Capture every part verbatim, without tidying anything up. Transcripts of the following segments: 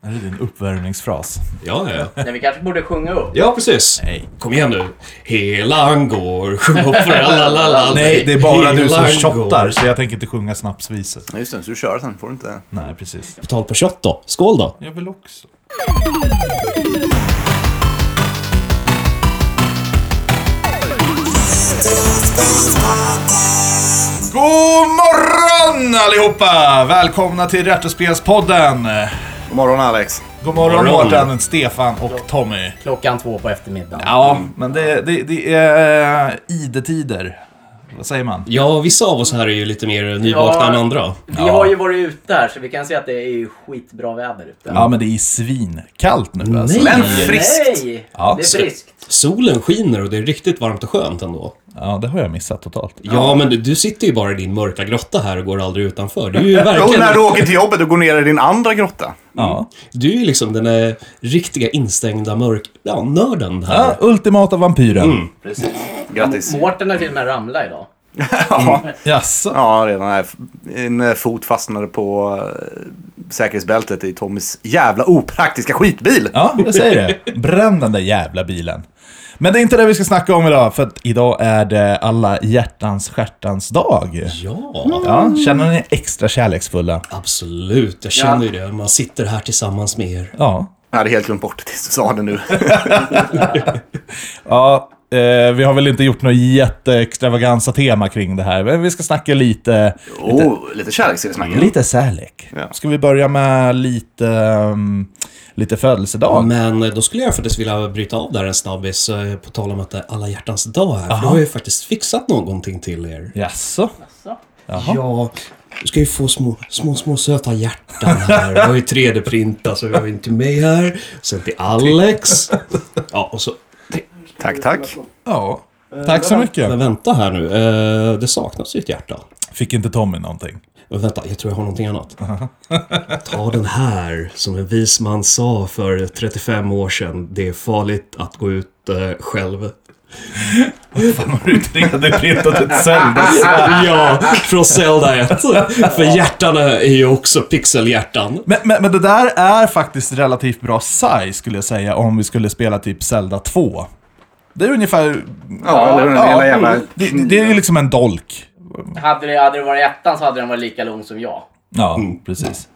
Är det din uppvärmningsfras? Ja, ja. Nej, vi kanske borde sjunga upp. Ja, precis. Nej. Kom igen nu. Helan går, sjung upp för alla. Nej, det är bara du som Helan shottar, går. så jag tänker inte sjunga snapsvisor. Ja, just det, så du kör sen, får du inte... Nej, precis. På tal på shot då. Skål då. Jag vill också. God morgon allihopa! Välkomna till Rättospelspodden. God morgon Alex. God morgon, morgon. Mårten, Stefan och Tommy. Klockan två på eftermiddagen. Ja, men det, det, det är äh, idetider. Vad säger man? Ja, vissa av oss här är ju lite mer nyvakna Ja. än andra. Vi Ja. har ju varit ute här så vi kan se att det är ju skitbra väder ute. Ja, men det är svinkallt nu alltså. Nej. Men friskt. Nej, Ja. det är friskt. Solen skiner och det är riktigt varmt och skönt ändå. Ja, det har jag missat totalt. Ja, men du, du sitter ju bara i din mörka grotta här och går aldrig utanför. Du är ju Jo, verkligen... när du åker till jobbet och går ner i din andra grotta. Ja. Du är ju liksom den där riktiga instängda mörk... Ja, nörden här. Ja, ultimata vampyren. Mm. Precis. Grattis. Mårten har till och med ramlat idag. Ja, Jaså? ja, redan här. En fot fastnade på eh, säkerhetsbältet i Tommys jävla opraktiska skitbil. Ja, jag säger det. Bränn den där jävla bilen. Men det är inte det vi ska snacka om idag, för att idag är det alla hjärtans stjärtans dag. Ja, Ja, känner ni er extra kärleksfulla? absolut. Jag känner ju det. Man sitter här tillsammans med er. Ja. Jag hade helt glömt bort det tills du sa det nu. Ja, eh, vi har väl inte gjort något jätteextravagansa tema kring det här, men vi ska snacka lite... Oh, lite kärlek ska vi snacka. Lite kärlek. Ja. Ska vi börja med lite, um, lite födelsedag? Men då skulle jag faktiskt vilja bryta av där en snabbis eh, på tal om att det är alla hjärtans dag här. För Aha. då har jag ju faktiskt fixat någonting till er. Jaså? Så. Jaha. Ja, du ska ju få små, små, små söta hjärtan här. Jag har ju tre D-printat så jag har inte med här. Sen till Alex. Ja, och så... Tack, tack. Ja, tack så mycket. Men vänta här nu. Eh, det saknas ju ett hjärta. Fick inte Tommy någonting? Men vänta, jag tror jag har någonting annat. Ta den här, som en vis man sa för trettiofem år sedan. Det är farligt att gå ut eh, själv. Fan, har du tre D-printat ett Zelda? Ja, från Zelda ett. För hjärtan är ju också pixelhjärtan. Men, men, men det där är faktiskt relativt bra size, skulle jag säga, om vi skulle spela typ Zelda två. Det är ungefär... Ja, eller den lilla jävla... Det, det är ju liksom en dolk. Hade det, hade det varit ettan så hade den varit lika lång som jag. Ja, precis.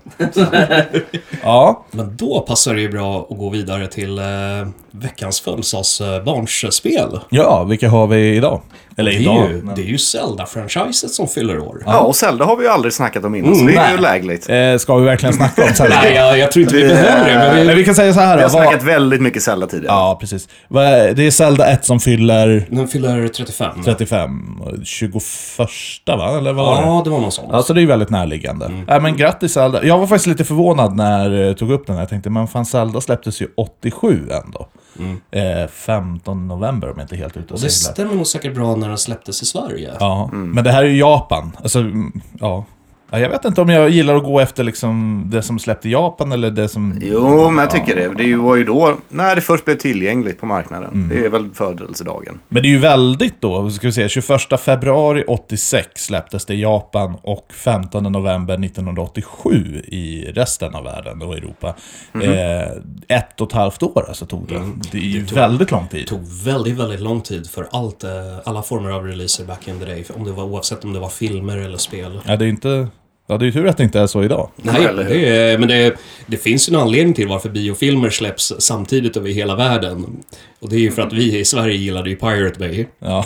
Ja, Men då passar det ju bra att gå vidare till eh, veckans födelsedagsbarnsspel. ja, vilka har vi idag? Eller Det är idag? ju, det är ju Zelda-franchiset som fyller år. Ja, och Zelda har vi ju aldrig snackat om innan, så det är ju lägligt. Eh, ska vi verkligen snacka om Zelda? Nej, jag, jag tror inte vi behöver det. Men vi, Men vi kan säga så här Vi då. har Vad... snackat väldigt mycket Zelda tidigare. Ja, precis. Vad är- Det är Zelda ett som fyller den fyller trettiofem. trettiofem. tjugoförsta, va? Eller vad var det? Ja, det var någon sån. Ja, så det är ju väldigt närliggande. Mm. Ja, men grattis Zelda. Jag var faktiskt lite förvånad när jag tog upp den här. Jag tänkte, men fan, Zelda släpptes ju åttiosju ändå. Mm. Eh, femtonde november om jag inte är helt ute och Och det seglar. stämmer nog säkert bra när den släpptes i Sverige. Ja, men det här är ju Japan. Alltså, mm, ja. Ja, jag vet inte om jag gillar att gå efter liksom det som släppte i Japan eller det som... Jo, men jag tycker det. Det var ju då, när det först blev tillgängligt på marknaden. Det är väl födelsedagen. Men det är ju väldigt då, ska vi se, tjugoförsta februari åttiosex släpptes det i Japan och femtonde november nittonhundraåttiosju i resten av världen och Europa. Mm-hmm. Eh, ett och ett halvt år alltså tog det. Mm. Det är ju Det tog- väldigt lång tid. Det tog väldigt, väldigt lång tid för allt, eh, alla former av releaser back in the day. Om det var, oavsett om det var filmer eller spel. Ja, det är inte... Ja, det är ju tur att det inte är så idag. Nej, eller hur? det är, men det, det finns ju en anledning till varför biofilmer släpps samtidigt över hela världen. Och det är ju för att vi i Sverige gillade ju Pirate Bay. Ja.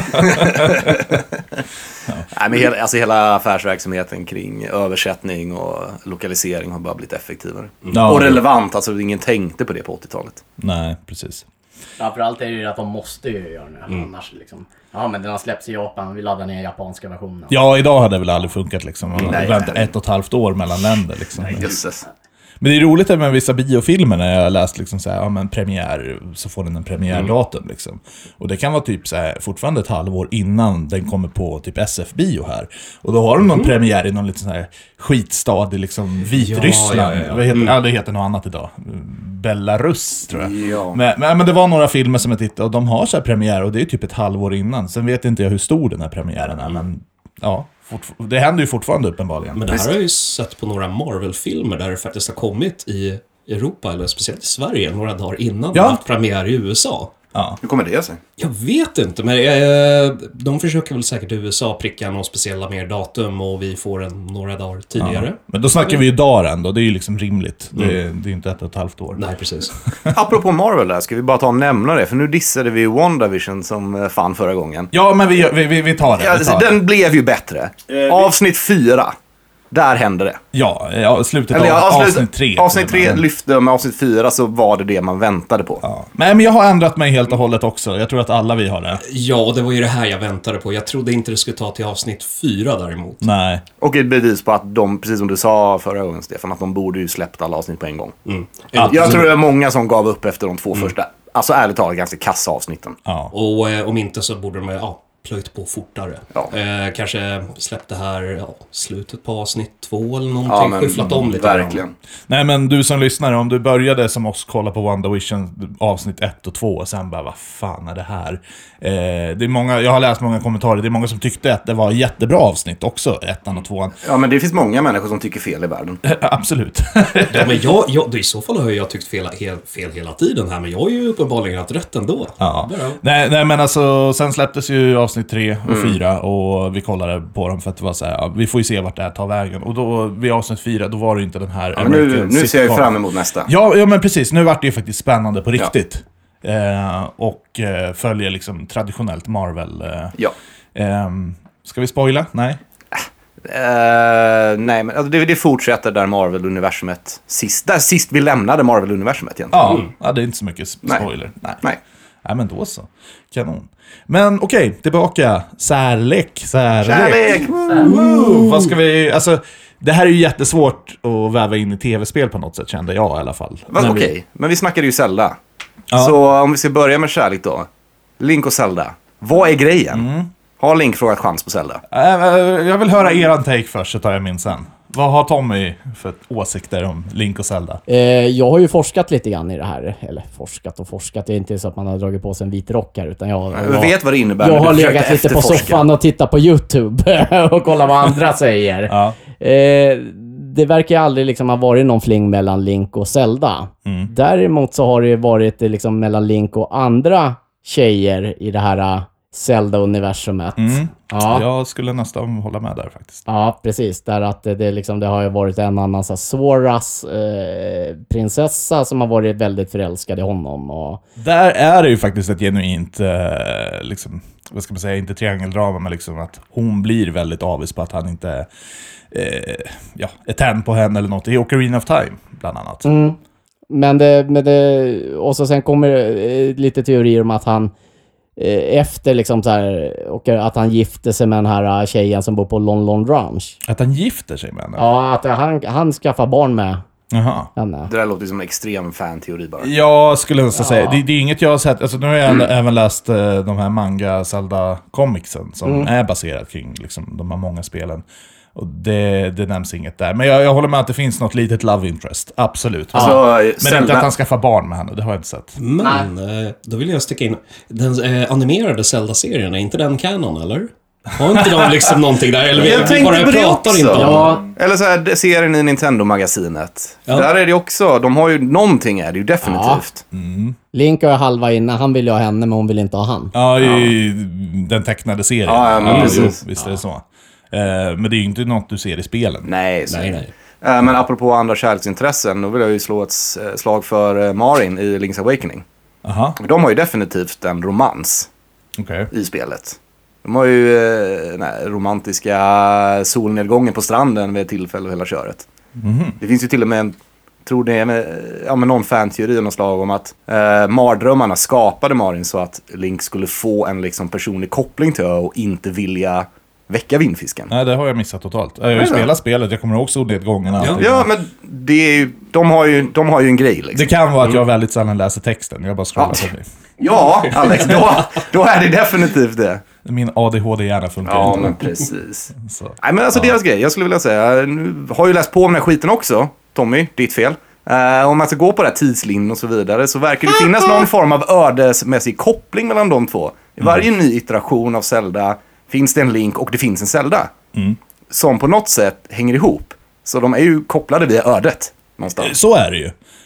Nej, men hela, alltså hela affärsverksamheten kring översättning och lokalisering har bara blivit effektivare. Ja. Och relevant, alltså ingen tänkte på det på åttiotalet. Nej, precis. Framförallt är det ju att de måste ju göra det. Annars liksom. Ja, men den har släppts i Japan. Vi laddar ner japanska versionen. Ja, idag hade det väl aldrig funkat liksom. Man Nej, väntar nej. ett och ett halvt år mellan länder liksom. Jösses. Men det är roligt med vissa biofilmer när jag har läst liksom så här, ja men premiär, så får den en premiärdatum liksom. Och det kan vara typ så här, fortfarande ett halvår innan den kommer på typ S F-bio här. Och då har de någon Mm. premiär i någon liten sån här skitstad i liksom Vitryssland. Ja, ja, ja. Vad heter, Mm. ja, det heter något annat idag. Belarus tror jag. Ja. Men, men, men det var några filmer som jag tittade och de har så här premiär och det är typ ett halvår innan. Sen vet inte jag hur stor den här premiären är, men ja, fortf- det händer ju fortfarande uppenbarligen. Men det här har jag ju sett på några Marvel-filmer där det faktiskt har kommit i Europa, eller speciellt i Sverige, några dagar innan Ja. det haft premiär i U S A. Ja. Hur kommer det sig? Jag vet inte, men eh, de försöker väl säkert i U S A pricka några speciella mer datum och vi får en några dagar tidigare. Ja. Men då snackar vi ju dagar ändå, det är ju liksom rimligt. Det, är, det är ju inte ett och ett halvt år. Nej, precis. Apropå Marvel där, ska vi bara ta och nämna det? För nu dissade vi ju WandaVision som fan förra gången. Ja, men vi, vi, vi, vi tar det. Ja, Vi tar det. den blev ju bättre. Avsnitt fyra. Där hände det. Ja, ja, slutet Eller, av ja, avsnitt, avsnitt tre. Avsnitt tre Men- lyfte, med avsnitt fyra så var det det man väntade på. Ja. Men jag har ändrat mig helt och hållet också. Jag tror att alla vi har det. Ja, och det var ju det här jag väntade på. Jag trodde inte det skulle ta till avsnitt fyra däremot. Nej. Och ett bevis på att de, precis som du sa förra gången Stefan, att de borde ju släppt alla avsnitt på en gång. Mm. Jag tror det är många som gav upp efter de två första, alltså ärligt talat ganska kassa avsnitten. Ja. Och eh, om inte så borde de ja, plöjt på fortare. Ja. Eh, kanske släppt det här ja, slutet på avsnitt två eller någonting. Ja, men Skyfflat om lite. verkligen. Nej, men du som lyssnar, om du började som oss kolla på WandaVision avsnitt ett och två och sen bara, vad fan är det här? Eh, det är många, jag har läst många kommentarer, det är många som tyckte att det var jättebra avsnitt också, ettan och tvåan. Ja, men det finns många människor som tycker fel i världen. Absolut. Ja, men jag, jag, i så fall har jag tyckt fel, hel, fel hela tiden här, men jag har ju uppenbarligen haft rätt ändå. Ja. Bra. Nej, nej, men alltså, sen släpptes ju avsnitt tre och fyra och vi kollade på dem för att det var så här, ja, vi får ju se vart det här tar vägen. Och då, vid avsnitt fyra, då var det ju inte den här Ja, men nu, American nu ser jag ju sitcom. fram emot nästa. Ja, ja, men precis. Nu vart det ju faktiskt spännande på riktigt. Eh, och eh, följer liksom traditionellt Marvel. Eh, Ja. eh, ska vi spoila? Nej. Eh, nej, men alltså, det, det fortsätter där Marvel-universumet sist, där sist vi lämnade Marvel-universumet egentligen. Ja, ja, det är inte så mycket Nej. spoiler. Nej. Nej. Nej, men då så. Kanon. Men okej, tillbaka. Särlek. Särlek. Kärlek! Woo! Vad ska vi... Alltså, det här är ju jättesvårt att väva in i tv-spel på något sätt, kände jag i alla fall. Va, När Okej, vi- men vi snackade ju Zelda. Ja. Så om vi ska börja med kärlek då. Link och Zelda. Vad är grejen? Mm. Har Link frågat chans på Zelda? Äh, äh, jag vill höra eran take först, så tar jag min sen. Vad har Tommy för åsikter om Link och Zelda? Eh, jag har ju forskat lite grann i det här. Eller forskat och forskat. Det är inte så att man har dragit på sig en vit rock här. Utan jag, Jag jag, vet vad det innebär. jag men har du försökte legat lite på efterforska. soffan och tittat på YouTube och kollat vad andra säger. Ja. Eh, det verkar ju aldrig liksom ha varit någon fling mellan Link och Zelda. Mm. Däremot så har det ju varit eh, liksom mellan Link och andra tjejer i det här eh, Zelda-universumet. Mm. Ja. Jag skulle nästan hålla med där faktiskt. Ja, precis. Där att det, det, liksom, det har ju varit en annan så här, Soras eh, prinsessa som har varit väldigt förälskad i honom. Och... Där är det ju faktiskt ett genuint, eh, liksom, vad ska man säga, inte triangeldrama, men liksom att hon blir väldigt avis på att han inte eh, ja, är tänd på henne eller något. I Ocarina of Time, bland annat. Mm. Men det, men det, och så sen kommer det eh, lite teorier om att han eh, efter liksom så här, och att han gifte sig med den här tjejen som bor på Lon Lon Ranch. Att han gifter sig med henne? Ja, att han, han skaffar barn med Jaha. henne. Det där låter som en extrem fan-teori bara. Jag skulle nästan säga, det, det är inget jag har sett, alltså nu har jag mm. även läst eh, de här manga Zelda-comicsen som Mm. är baserat kring liksom, de här många spelen. Och det, det nämns inget där. Men jag, jag håller med att det finns något litet love interest, absolut. Alltså, Men inte Zelda- att han skaffar barn med henne, det har jag inte sett. Men, eh, då vill jag sticka in. Den eh, animerade Zelda-serien, är inte den canon, eller? Har inte de liksom någonting där? Eller vi, Jag vi tänkte bara på det pratar också. inte om Ja. Eller så här, serien i Nintendo-magasinet. Ja. Där är det också, de har ju någonting är det ju definitivt. Link har ju halva inne, han vill ju ha henne men hon vill inte ha han. Ja, i den tecknade serien. Ja, ja, men precis. Jo, visst är det så. Eh, men det är ju inte något du ser i spelen. Nej, så. Nej, nej. Eh, Men apropå andra kärleksintressen, då vill jag ju slå ett eh, slag för eh, Marin i Link's Awakening. Aha, De har ju definitivt en romans okej. i spelet. De har ju eh, den här romantiska solnedgången på stranden vid ett tillfälle och hela köret. Mhm. Det finns ju till och med en, tror det är med, ja, med någon fan-teori av något slag om att eh, mardrömmarna skapade Marin så att Link skulle få en liksom, personlig koppling till ö och inte vilja väcka vindfisken. Nej, det har jag missat totalt. Jag har ju Nej, då. spelat spelet, jag kommer ihåg solnedgången och Ja. allting. Ja, men det är ju, de, har ju, de har ju en grej liksom. Det kan vara att jag väldigt sällan läser texten. Jag bara scrollar Ja. förbi. Ja, Alex, då, då är det definitivt det. Min A D H D-hjärna funkar Ja, inte. men precis. Så. Nej, men alltså deras grej, jag skulle vilja säga, nu har ju läst på om den här skiten också, Tommy, ditt fel. Uh, om man ska gå på det här tidslinjen och så vidare så verkar det finnas någon form av ödesmässig koppling mellan de två. I varje ny iteration av Zelda finns det en Link och det finns en Zelda. Mm. Som på något sätt hänger ihop. Så de är ju kopplade via ödet någonstans. Så är det ju.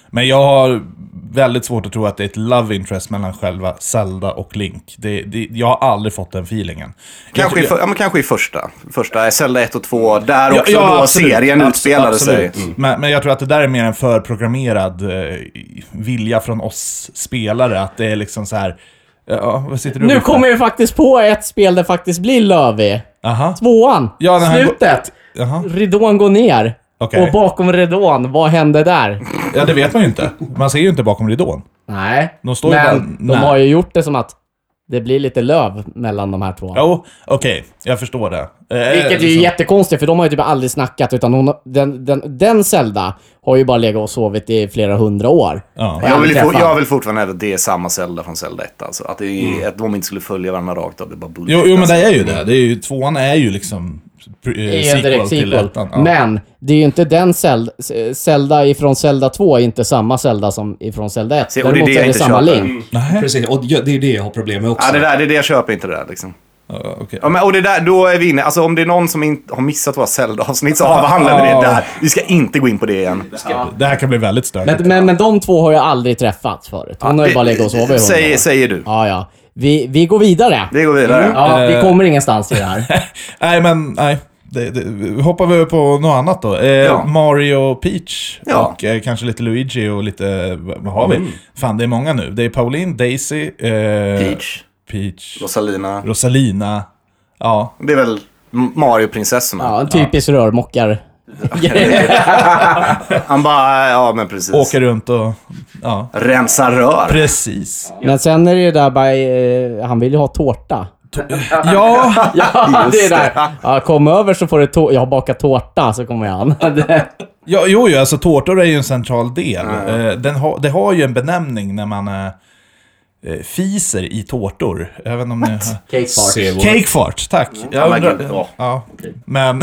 Men jag har väldigt svårt att tro att det är ett love interest mellan själva Zelda och Link. Det, det, jag har aldrig fått den feelingen. Kanske, jag, i, för, ja, men kanske i första. Första Zelda ett och två, där också ja, då absolut, serien absolut, utspelade absolut. sig. Mm. Men, men jag tror att det där är mer en förprogrammerad eh, vilja från oss spelare. Att det är liksom så här... Ja, vad sitter du Nu med? kommer jag faktiskt på ett spel där faktiskt blir lövig. Aha. Tvåan. Ja, den här Slutet. Go- Aha. Ridån går ner. Okay. Och bakom ridån, vad hände där? Ja, det vet man ju inte. Man ser ju inte bakom ridån. Nej, De står ju men bara, de nej. har ju gjort det som att det blir lite löv mellan de här två. Jo, okej. Okay. Jag förstår det. Eh, Vilket är ju liksom. jättekonstigt, för de har ju typ aldrig snackat, utan hon, den, den, den Zelda har ju bara legat och sovit i flera hundra år. Ja. Jag vill, träffat. jag vill fortfarande hävda att det är samma Zelda från Zelda ett. Alltså. Att, det är, mm. att de inte skulle följa varandra rakt av, det är bara bullshit. Jo, jo, men alltså. det är ju det. det är ju, tvåan är ju liksom eh, Det är ju en direkt till sequel. ettan. Ja. Men det är ju inte den Zelda, Zelda ifrån Zelda två är inte samma Zelda som ifrån Zelda ett. Se, och det är det Däremot jag är det inte samma köper. Link. Nej. Precis, och det är det jag har problem med också. Ja, det, där, det är det jag köper inte det där liksom. Ja, okay. Ja, men, och det där, då är vi inne, alltså om det är någon som inte har missat våra Zelda-avsnitt så avhandlar vi det där. Vi ska inte gå in på det igen. Ja. Det här kan bli väldigt stökigt. Men, men, men de två har ju aldrig träffats förut. Hon Ja, har ju det- bara legat och sovit i hundra säger, år. säger du. Ja, ja. Vi, vi går vidare. Vi går vidare. Ja, vi Eh. kommer ingenstans i det här. Nej, men nej. Det, det, hoppar vi på något annat då. Eh, Ja. Mario Peach Ja. och eh, kanske lite Luigi och lite... Vad har vi? Fan, det är många nu. Det är Pauline, Daisy, eh, Peach, Peach, Rosalina. Rosalina. Ja. Det är väl Mario-prinsessorna. Ja, en typisk rörmockar. Han bara, ja men precis. Åker runt och... Ja, Rensa rör. precis. Men sen är det ju där bara, eh, han vill ju ha tårta. Ja, Ja, det är där. Ja, kom över så får du tå- jag har bakat tårta, så kommer jag an. ja jo, jo, alltså tårtor är ju en central del. Eh, den ha, det har ju en benämning när man eh, eh, fiser i tårtor. Jag vet inte om ni har... Cake Se vår- Cakefart, tack. Jag men undrar, gud, ja. ja. Men...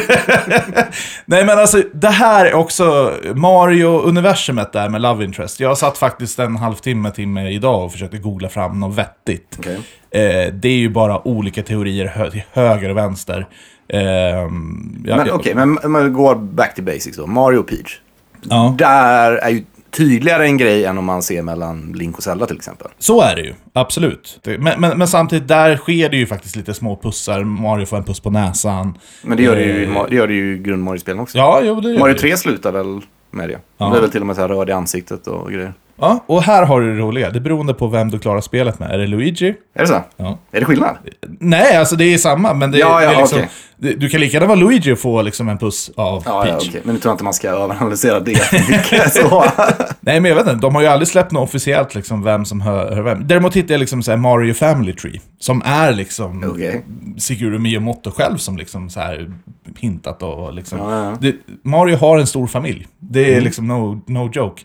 Nej, men alltså, det här är också Mario-universumet där med Love Interest. Jag satt faktiskt en halvtimme, timme idag och försökte googla fram något vettigt. Okay. Eh, det är ju bara olika teorier hö- till höger och vänster. Eh, ja, Men ja, okej, okay, men om man går back to basics då. Mario Peach. ja. Där är ju tydligare en grej än om man ser mellan Link och Zelda till exempel. Så är det ju, absolut. Det, men, men, men samtidigt, där sker det ju faktiskt lite små pussar. Mario får en puss på näsan. Men det gör det ju, Eh, det gör det ju i grund Mario-spelen också. Ja, jo, det gör Mario det. tre slutar väl med det. Ja. Det är väl till och med så här röd i ansiktet och grejer. Ja, och här har du det roliga. Det är beroende på vem du klarar spelet med. Är det Luigi? Är det så? Ja. Är det skillnad? Nej, alltså det är samma, men det, Ja, ja, det är liksom, okej. det, du kan lika gärna vara Luigi och få liksom en puss av Ja, Peach. ja okej. Men nu tror jag inte man ska överanalysera det för mycket. Så. Nej, men jag vet inte. De har ju aldrig släppt något officiellt liksom vem som hör, hör vem. Däremot hittar jag liksom så här Mario Family Tree. Som är liksom Okej. Shigeru Miyamoto själv som liksom så här hintat och liksom. Ja, ja. Det, Mario har en stor familj. Det är liksom no, no joke.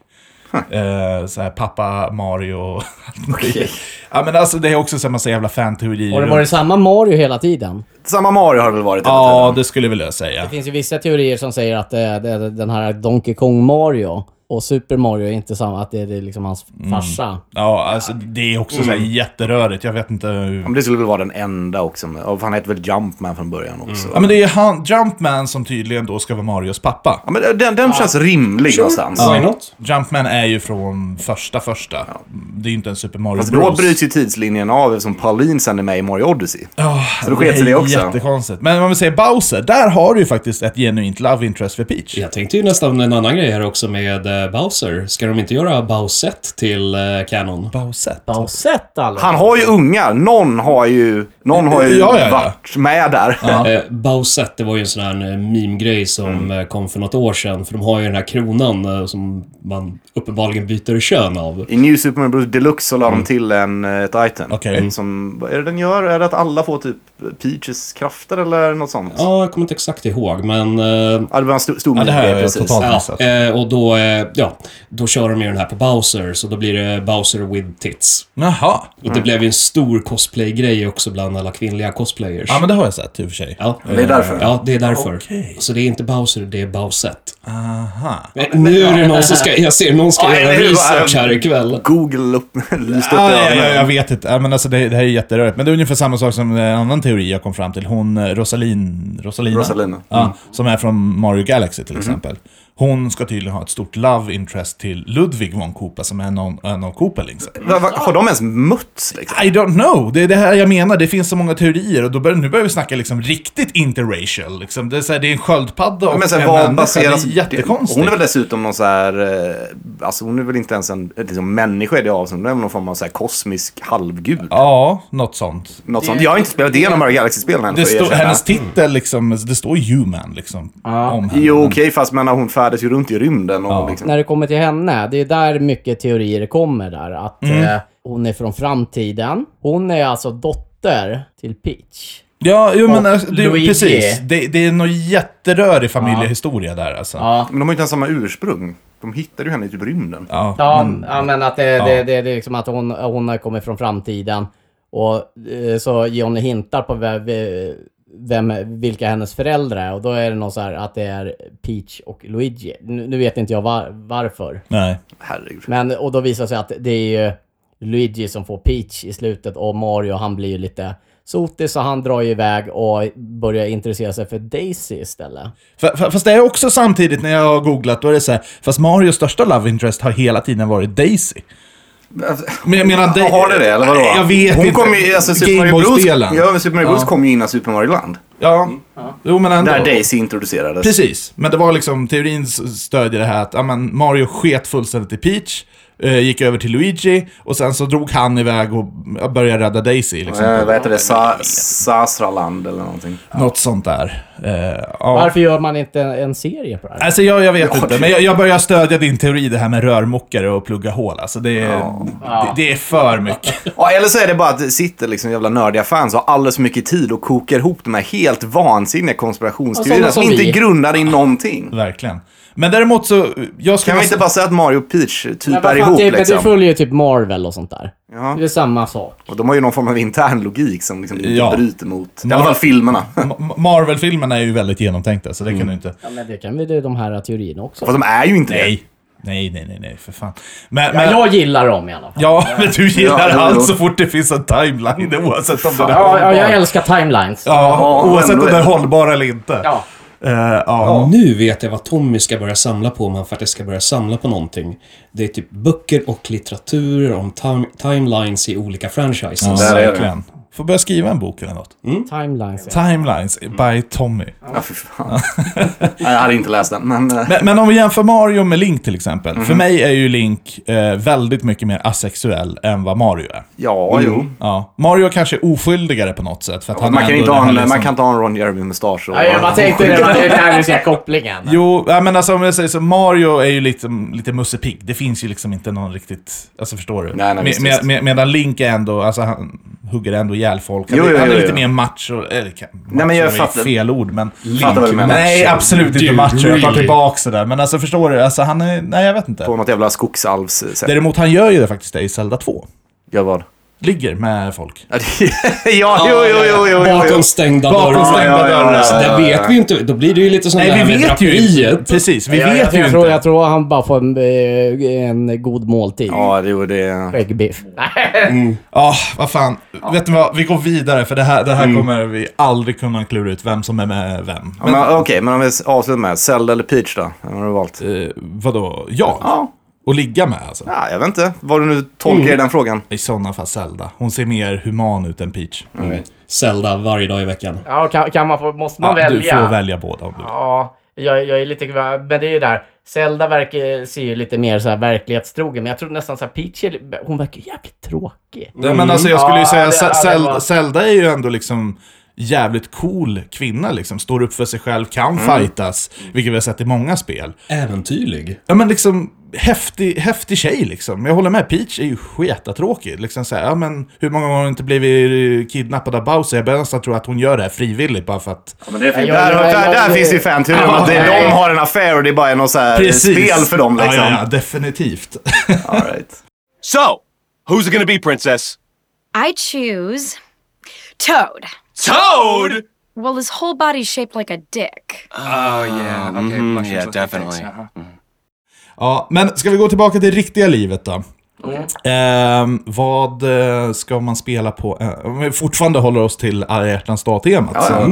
Eh, så här, pappa Mario och Okej. Ja, men alltså det är också så här massa jävla fan-teorier. Har det varit samma Mario hela tiden? Samma Mario har det väl varit hela Ja, tiden. det skulle jag vilja säga. Det finns ju vissa teorier som säger att det, det, den här Donkey Kong Mario och Super Mario är inte samma, att det är liksom hans farsa. Ja, alltså det är också så här jätterörigt. Jag vet inte hur... Ja, men det skulle väl vara den enda också. Och han heter väl Jumpman från början också. Ja, men det är han, Jumpman som tydligen då ska vara Marios pappa. Ja, men den, den känns rimlig någonstans. Why not? Jumpman är ju från första första. Det är ju inte en Super Mario Fast Bros. då bryts ju tidslinjen av eftersom Pauline sen är med i Mario Odyssey. Ja, Så då sket sig det också. Jättekonstigt. Men om vi säger Bowser, där har du ju faktiskt ett genuint love interest för Peach. Jag tänkte ju nästan en annan grej här också med eh, Bowser. Ska de inte göra Bowsett till eh, Canon? Bowser. Bowsett alla. Han har ju ungar. Någon har ju, någon har ju Ja, ja, ja. varit med där. Eh, Bowsett, det var ju en sån här eh, meme-grej som eh, kom för något år sedan. För de har ju den här kronan eh, som man uppenbarligen byter kön av. I New Super Mario Bros. Deluxe så la de till en, ett item. Okej. Som, vad är det den gör? Är det att alla får typ Peaches krafter eller något sånt? Ja, jag kommer inte exakt ihåg, men... Eh, Ja, det var en stor, stor Ja, det här meme, är precis. totalt ja, missat. eh, och då, eh, ja, då kör de ju den här på Bowser, så då blir det Bowser with tits. Jaha. Och det blev ju en stor cosplay-grej också bland alla kvinnliga cosplayers. Ja, men det har jag sett i och för sig. Ja, Det är därför. ja, det är därför. Okej. Så det är inte Bowser, det är Bowsett. Aha. Men nu är det någon som ska, jag ser någon ska Ja, göra det är research bara- här ikväll. Google upp, lyst upp Ah, ja, ögonen. ja, jag vet inte. Ja, men alltså, det, det här är jätterörigt. Men det är ungefär samma sak som en annan teori jag kom fram till. Hon, eh, Rosalin, Rosalina. Rosalina. Ja, som är från Mario Galaxy till exempel. hon ska tydligen ha ett stort love interest till Ludwig von Koopa som är en av, en av Koopalingsen. Va, va, har de ens mötts liksom? I don't know. Det är det här jag menar. Det finns så många teorier och då börjar, nu börjar vi snacka liksom riktigt interracial. Liksom. Det, är så här, det är en sköldpadda och men så här, en vad människa. baseras, Det är jättekonstigt. Hon är väl dessutom någon så här, eh, alltså hon är väl inte ens en liksom, människa i det avseendet. Hon är väl någon form av så här, kosmisk halvgud. Ja, något sånt. Något sånt. Jag har inte spelat igenom Mario Galaxy-spelen än. Det för står, att erkänna. hennes titel liksom, det står human liksom. Ja. Om henne. Jo, okej, okay, fast men hon färdas ju runt i rymden. Och Ja. liksom. När det kommer till henne, det är där mycket teorier kommer där. Att Mm. eh, hon är från framtiden. Hon är alltså dotter till Peach. Ja, jo, men Och alltså, det, Luigi. precis. Det, det är någon jätterörig familjehistoria där alltså. Ja. Men de har ju inte ens samma ursprung. De hittade ju henne i typ rymden. Ja, Ja, men, ja, men att det, Ja. det, det, det är liksom att hon, hon har kommit från framtiden. Och eh, så Johnny hintar på vem, vem, vilka hennes föräldrar är. Och då är det någon så här att det är Peach och Luigi. Nu, nu vet inte jag var, varför. nej. Herregud. Men, och då visar det sig att det är ju Luigi som får Peach i slutet. Och Mario, han blir ju lite sotig så han drar ju iväg och börjar intressera sig för Daisy istället. F- fast det är också samtidigt när jag har googlat, då är det så här, fast Marios största love interest har hela tiden varit Daisy. Men jag menar, Ja, har det det, eller vadå? Jag vet hon inte. kom ju, alltså Super Mario Gameboy-spelen. Bros, ja, men Super Mario Bros Ja. kom ju innan Super Mario Land. Ja, jo men ändå. Där Daisy introducerades. Precis, men det var liksom teorins stödjer det här att ja, men Mario sket fullständigt i Peach, eh, gick över till Luigi och sen så drog han iväg och började rädda Daisy liksom. Eh, vad heter det? Sa- Sasraland eller någonting. Något sånt där. Eh, ja. Varför gör man inte en serie på det här? Alltså jag, jag vet Ja, inte, det- men jag, jag börjar stödja din teori det här med rörmokare och plugga hål. Alltså det är, Ja. det, det är för mycket. Ja, eller så är det bara att det sitter liksom jävla nördiga fans och har alldeles för mycket tid och kokar ihop de här helt vansinniga konspirationsteorierna Ja, som sådana som inte vi. grundar i någonting. Verkligen. Men däremot så... Jag skulle Kan man inte bara säga att Mario och Peach Men typ vad är fan, ihop det, men liksom? det följer ju typ Marvel och sånt där. Ja. Det är samma sak. Och de har ju någon form av intern logik som liksom inte Ja. bryter mot. I Mar- alla fall filmerna. Ma- Marvel-filmerna är ju väldigt genomtänkta, så det kan du inte... Ja, men det kan vi, det är de här teorierna också. Fast de är ju inte det. Nej. Nej, nej, nej, nej, för fan. Men, Ja, men, jag gillar dem i alla fall. ja, men du gillar Ja, jo, jo. allt så fort det finns en timeline, oavsett om den är Ja, hållbar. ja, jag älskar timelines. Ja, Ja, oavsett ändå om är den är det. hållbar eller inte. Ja. Eh, ja. Nu vet jag vad Tommy ska börja samla på om han faktiskt ska börja samla på någonting. Det är typ böcker och litteratur om time- timelines i olika franchises. Ja, Där är det. verkligen. Får börja skriva en bok eller något. Timelines. Ja. Timelines by Tommy. Ja, fy fan. Nej, jag hade inte läst den, men... eh, Men, men om vi jämför Mario med Link till exempel. För mig är ju Link eh, väldigt mycket mer asexuell än vad Mario är. Ja, jo. Ja. Mario kanske är oskyldigare på något sätt. För att han Man är kan, ändå inte den ha här en, liksom- man kan inte ha en Ron Jeremy-mustasch. och- Ja, jag bara tänkte det, det där du ser kopplingen. Jo, ja, men alltså om jag säger så, Mario är ju lite, lite mussepigg. Det finns ju liksom inte någon riktigt, alltså förstår du? Nej, nej, visst, med, visst. med, medan Link är ändå, alltså han hugger ändå ihjäl folk. Han, Jo, jo, han är jo, lite jo. mer macho, eller kan, Nej, men jag macho är fattar. fel ord, men... Fattar vad du menar. Nej, absolut inte Dude, macho, jag tar really? tillbaka det där. Men alltså förstår du, alltså han är, nej jag vet inte. På något jävla skogsalvs-sätt. Däremot han gör ju det faktiskt i Zelda två. Gör vad? Ligger med folk. Ja, det- ja, jo, jo, jo, jo, jo, jo. Bakom stängda Bakom dörrar. stängda ja, ja, dörrar. ja, Så ja, det ja, vet ja. vi ju inte. Då blir det ju lite som det Nej, här vi med vet ju draperiet. Precis, vi jag, vet jag, ju jag, inte. tror, jag tror han bara får en, eh, en god måltid. Ja, det är det. Skäggbiff. Ja, vad fan. Vet ni vad, vi går vidare för det här, det här kommer vi aldrig kunna klura ut vem som är med vem. Ja, men, Okej, men om vi avslutar med Zelda eller Peach då? Vem har du valt? Eh, vadå? Jag? Ja. Och ligga med alltså? Ja, jag vet inte. Vad du nu tolkar i den frågan. I sådana fall Zelda. Hon ser mer human ut än Peach. Zelda varje dag i veckan. Ja, kan, kan man få, måste man Ja, du välja? får välja båda om du. Ja, jag, jag är lite... Men det är ju där. Zelda verkar, ser ju lite mer så här verklighetstrogen. Men jag tror nästan så här Peach, är, hon verkar jävligt tråkig. Nej, men alltså jag skulle ju Ja, säga det- Ze- ja, det Zelda, var- Zelda är ju ändå liksom jävligt cool kvinna liksom. Står upp för sig själv, kan fightas. Vilket vi har sett i många spel. Äventyrlig. Ja men liksom häftig, häftig tjej liksom. Jag håller med, Peach är ju skitatråkig. Liksom såhär, ja men hur många gånger har hon inte blivit kidnappad av Bowser? Jag börjar nästan tro att hon gör det här frivilligt bara för att... Ja, men det är fint. Ja, där jag- där, jag- där jag- finns ju fanteorier om att det, Ja. de har en affär och det är bara något så här spel för dem liksom. Ja, ja, ja, definitivt. All right. So, who's it gonna be, Princess? I choose Toad. Toad! Well, his whole body's shaped like a dick. Oh, yeah. Okay, Mhm, yeah, definitely. Ja, men ska vi gå tillbaka till riktiga livet då? Ehm, vad eh, ska man spela på? Eh, om vi fortfarande håller oss till alla hjärtans dag-temat. Ja, så,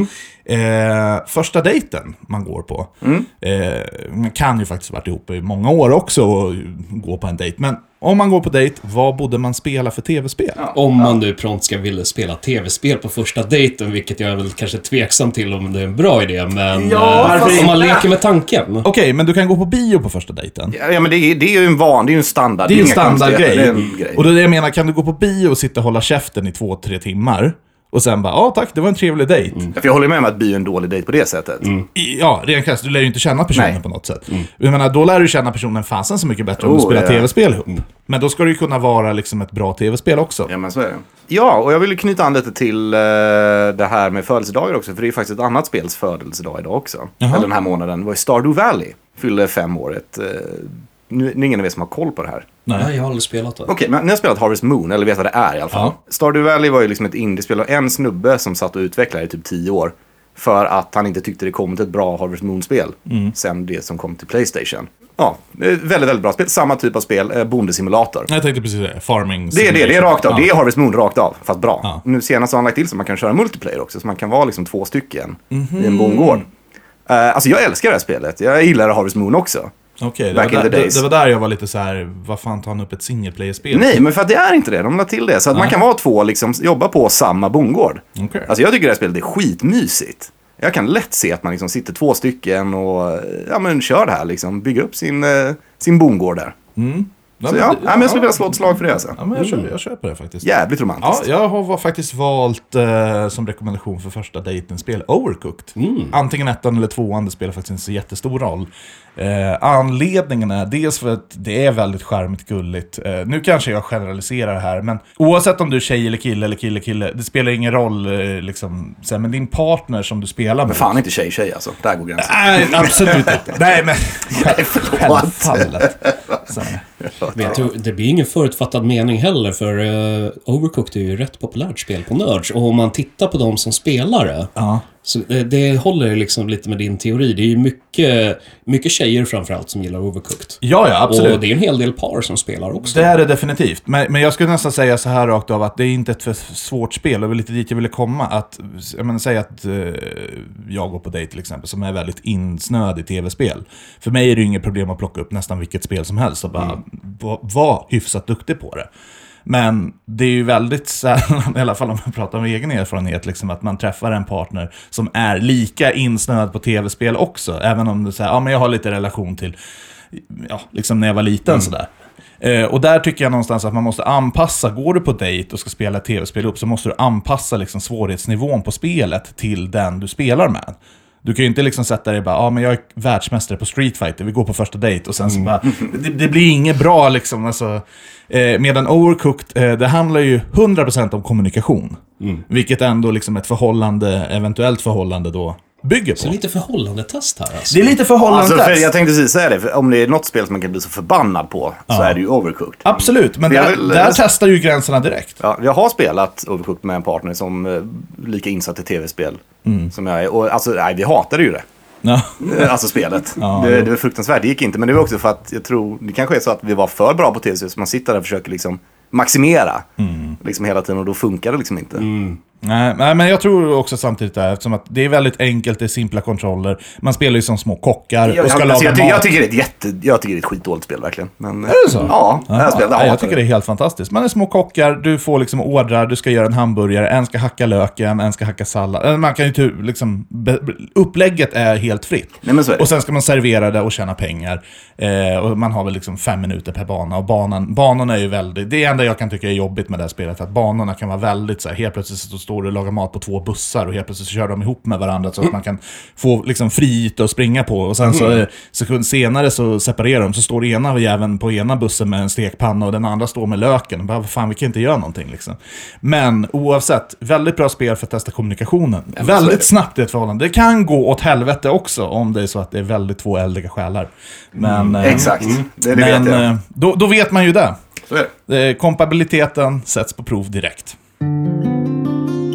Eh, första dejten man går på. Mm. Eh, man kan ju faktiskt varit ihop i många år också och gå på en dejt. Men om man går på dejt, vad borde man spela för tv-spel? Ja. Om man nu prompt ska vilja spela tv-spel på första dejten, vilket jag är väl kanske tveksam till om det är en bra idé, men Ja, eh, fast- om man leker med tanken. Okej, okay, men du kan gå på bio på första dejten. Ja, men det är, det är ju en van, det är ju en standard. Det är en inga konstigheter, standardgrej. det är en grej. Och då är det jag menar, kan du gå på bio och sitta och hålla käften i två, tre timmar och sen bara, ja tack, det var en trevlig dejt. Ja, för jag håller med om att bio är en dålig dejt på det sättet. I, ja, rent krasst, du lär ju inte känna personen Nej. på något sätt. Jag menar, då lär du känna personen fasen så mycket bättre om Oh, du spelar ja. tv-spel ihop. Men då ska det ju kunna vara liksom ett bra tv-spel också. Ja, men så är det. Ja, och jag vill knyta an lite till uh, det här med födelsedagar också. För det är ju faktiskt ett annat spels födelsedag idag också. Jaha. Eller den här månaden. Det var ju Stardew Valley. Fyllde fem år. Ett, uh, nu, nu är ingen av er som har koll på det här. Nej, jag har aldrig spelat det. Okej, men ni har spelat Harvest Moon, eller vet vad det är i alla fall. Ja. Stardew Valley var ju liksom ett indiespel och en snubbe som satt och utvecklade i typ tio år. För att han inte tyckte det kom till ett bra Harvest Moon-spel. Mm. Sen det som kom till PlayStation. Ja, det är ett väldigt, väldigt bra spel. Samma typ av spel, eh, bondesimulator. Jag tänkte precis det, farming Det är det, det är rakt av. Ja. Det är Harvest Moon rakt av, fast bra. Ja. Nu senast har han lagt till så man kan köra multiplayer också. Så man kan vara liksom två stycken Mhm. i en bondgård. Uh, alltså jag älskar det här spelet. Jag gillar Harvest Moon också. Okej, det, Back var in där- the det, days. det var där jag var lite så här, vad fan tar han upp ett single player-spel? Nej, men för att det är inte det. De la till det. Så att man kan vara två liksom, jobba på samma bondgård. Okej. Alltså jag tycker det här spelet är skitmysigt. Jag kan lätt se att man liksom sitter två stycken och ja, men kör det här liksom. Bygger upp sin, uh, sin bondgård där. Mm. Så ja, ja, men jag skulle vilja slå ett slag för det alltså. Ja, men jag, köper, jag köper det faktiskt. Jävligt Ja, romantiskt. jag har var faktiskt valt eh, som rekommendation för första dejten-spel Overcooked. Antingen ettan eller tvåan, det spelar faktiskt inte så jättestor roll. Eh, anledningen är dels för att det är väldigt charmigt gulligt. Eh, nu kanske jag generaliserar här, men oavsett om du är tjej eller kille eller kille kille, det spelar ingen roll eh, liksom, så här, men din partner som du spelar med. Men fan inte tjej tjej alltså. Där går gränsen. Nej, absolut inte. Nej, men förlåt. självfallet. Så. Vet du, det blir ingen förutfattad mening heller, för uh, Overcooked är ju rätt populärt spel på Nerds. Och om man tittar på de som spelar det, Ja. så det, det håller liksom lite med din teori. Det är ju mycket, mycket tjejer framförallt som gillar Overcooked. Ja, ja, absolut. Och det är en hel del par som spelar också. Det är det definitivt. Men, men jag skulle nästan säga så här rakt av att det är inte ett för svårt spel. Och det var lite dit jag ville komma. Att, jag menar, säga att eh, jag går på dejt till exempel, som är väldigt insnöd i tv-spel. För mig är det ju inget problem att plocka upp nästan vilket spel som helst och bara Mm. vara var hyfsat duktig på det. Men det är ju väldigt sällan, i alla fall om man pratar om egen erfarenhet, liksom, att man träffar en partner som är lika insnöad på tv-spel också. Även om du säger, ja men jag har lite relation till, ja, liksom när jag var liten sådär. Eh, och där tycker jag någonstans att man måste anpassa, går du på dejt och ska spela ett tv-spel upp, så måste du anpassa liksom svårighetsnivån på spelet till den du spelar med. Du kan ju inte liksom sätta dig och bara, ja ah, men jag är världsmästare på Street Fighter, vi går på första dejt och sen så bara, det, det blir inget bra liksom, alltså, eh, medan Overcooked, eh, det handlar ju hundra procent om kommunikation, vilket ändå liksom ett förhållande, eventuellt förhållande då bygger på. Så lite förhållandetest här alltså. Det är lite förhållande. Alltså, för jag tänkte precis säga det, för om det är något spel som man kan bli så förbannad på så är det ju Overcooked. Absolut, men Jag där, vill- där testar ju gränserna direkt. Ja, jag har spelat Overcooked med en partner som eh, lika insatt i tv-spel som jag är. Och alltså, nej, vi hatade ju det. Ja. Eh, Alltså spelet. det, det var fruktansvärt, det gick inte. Men det var också för att jag tror, det kanske är så att vi var för bra på tv-spel, så man sitter där och försöker liksom maximera liksom hela tiden, och då funkar det liksom inte. Nej, nej, men jag tror också samtidigt där, eftersom att det är väldigt enkelt, det är simpla kontroller. Man spelar ju som små kockar Jag, och ska jag, laga alltså, jag, ty- mat. jag, tycker det är ett jätte, jag tycker det är ett skitdåligt spel verkligen. Men, är det så? Ja, det här spelet, jag Ja, jag hatar tycker det är helt fantastiskt. Man är små kockar, du får liksom ordrar, du ska göra en hamburgare, en ska hacka löken, en ska hacka sallad. Man kan ju typ liksom, be- upplägget är helt fritt. Nej, men så är det. Och sen ska man servera det och tjäna pengar. Eh, och man har väl liksom fem minuter per bana. Och banan, banorna är ju väldigt, det enda jag kan tycka är jobbigt med det här spelet, att banorna kan vara väldigt så här, helt plötsligt så står du och lagar mat på två bussar och helt plötsligt så kör de ihop med varandra så att man kan få liksom fri yta att springa på. Och sen så eh, sekund senare så separerar de, så står det ena jäveln på ena bussen med en stekpanna och den andra står med löken. Och bara, vad fan, vi kan inte göra någonting liksom. Men oavsett, väldigt bra spel för att testa kommunikationen. Ja, så är väldigt det. snabbt i ett förhållande. Det kan gå åt helvete också om det är så att det är väldigt två äldre själar. Men, eh, Exakt, det, det men vet jag. eh, då, då vet man ju det. Så är det. Eh, Kompatibiliteten sätts på prov direkt.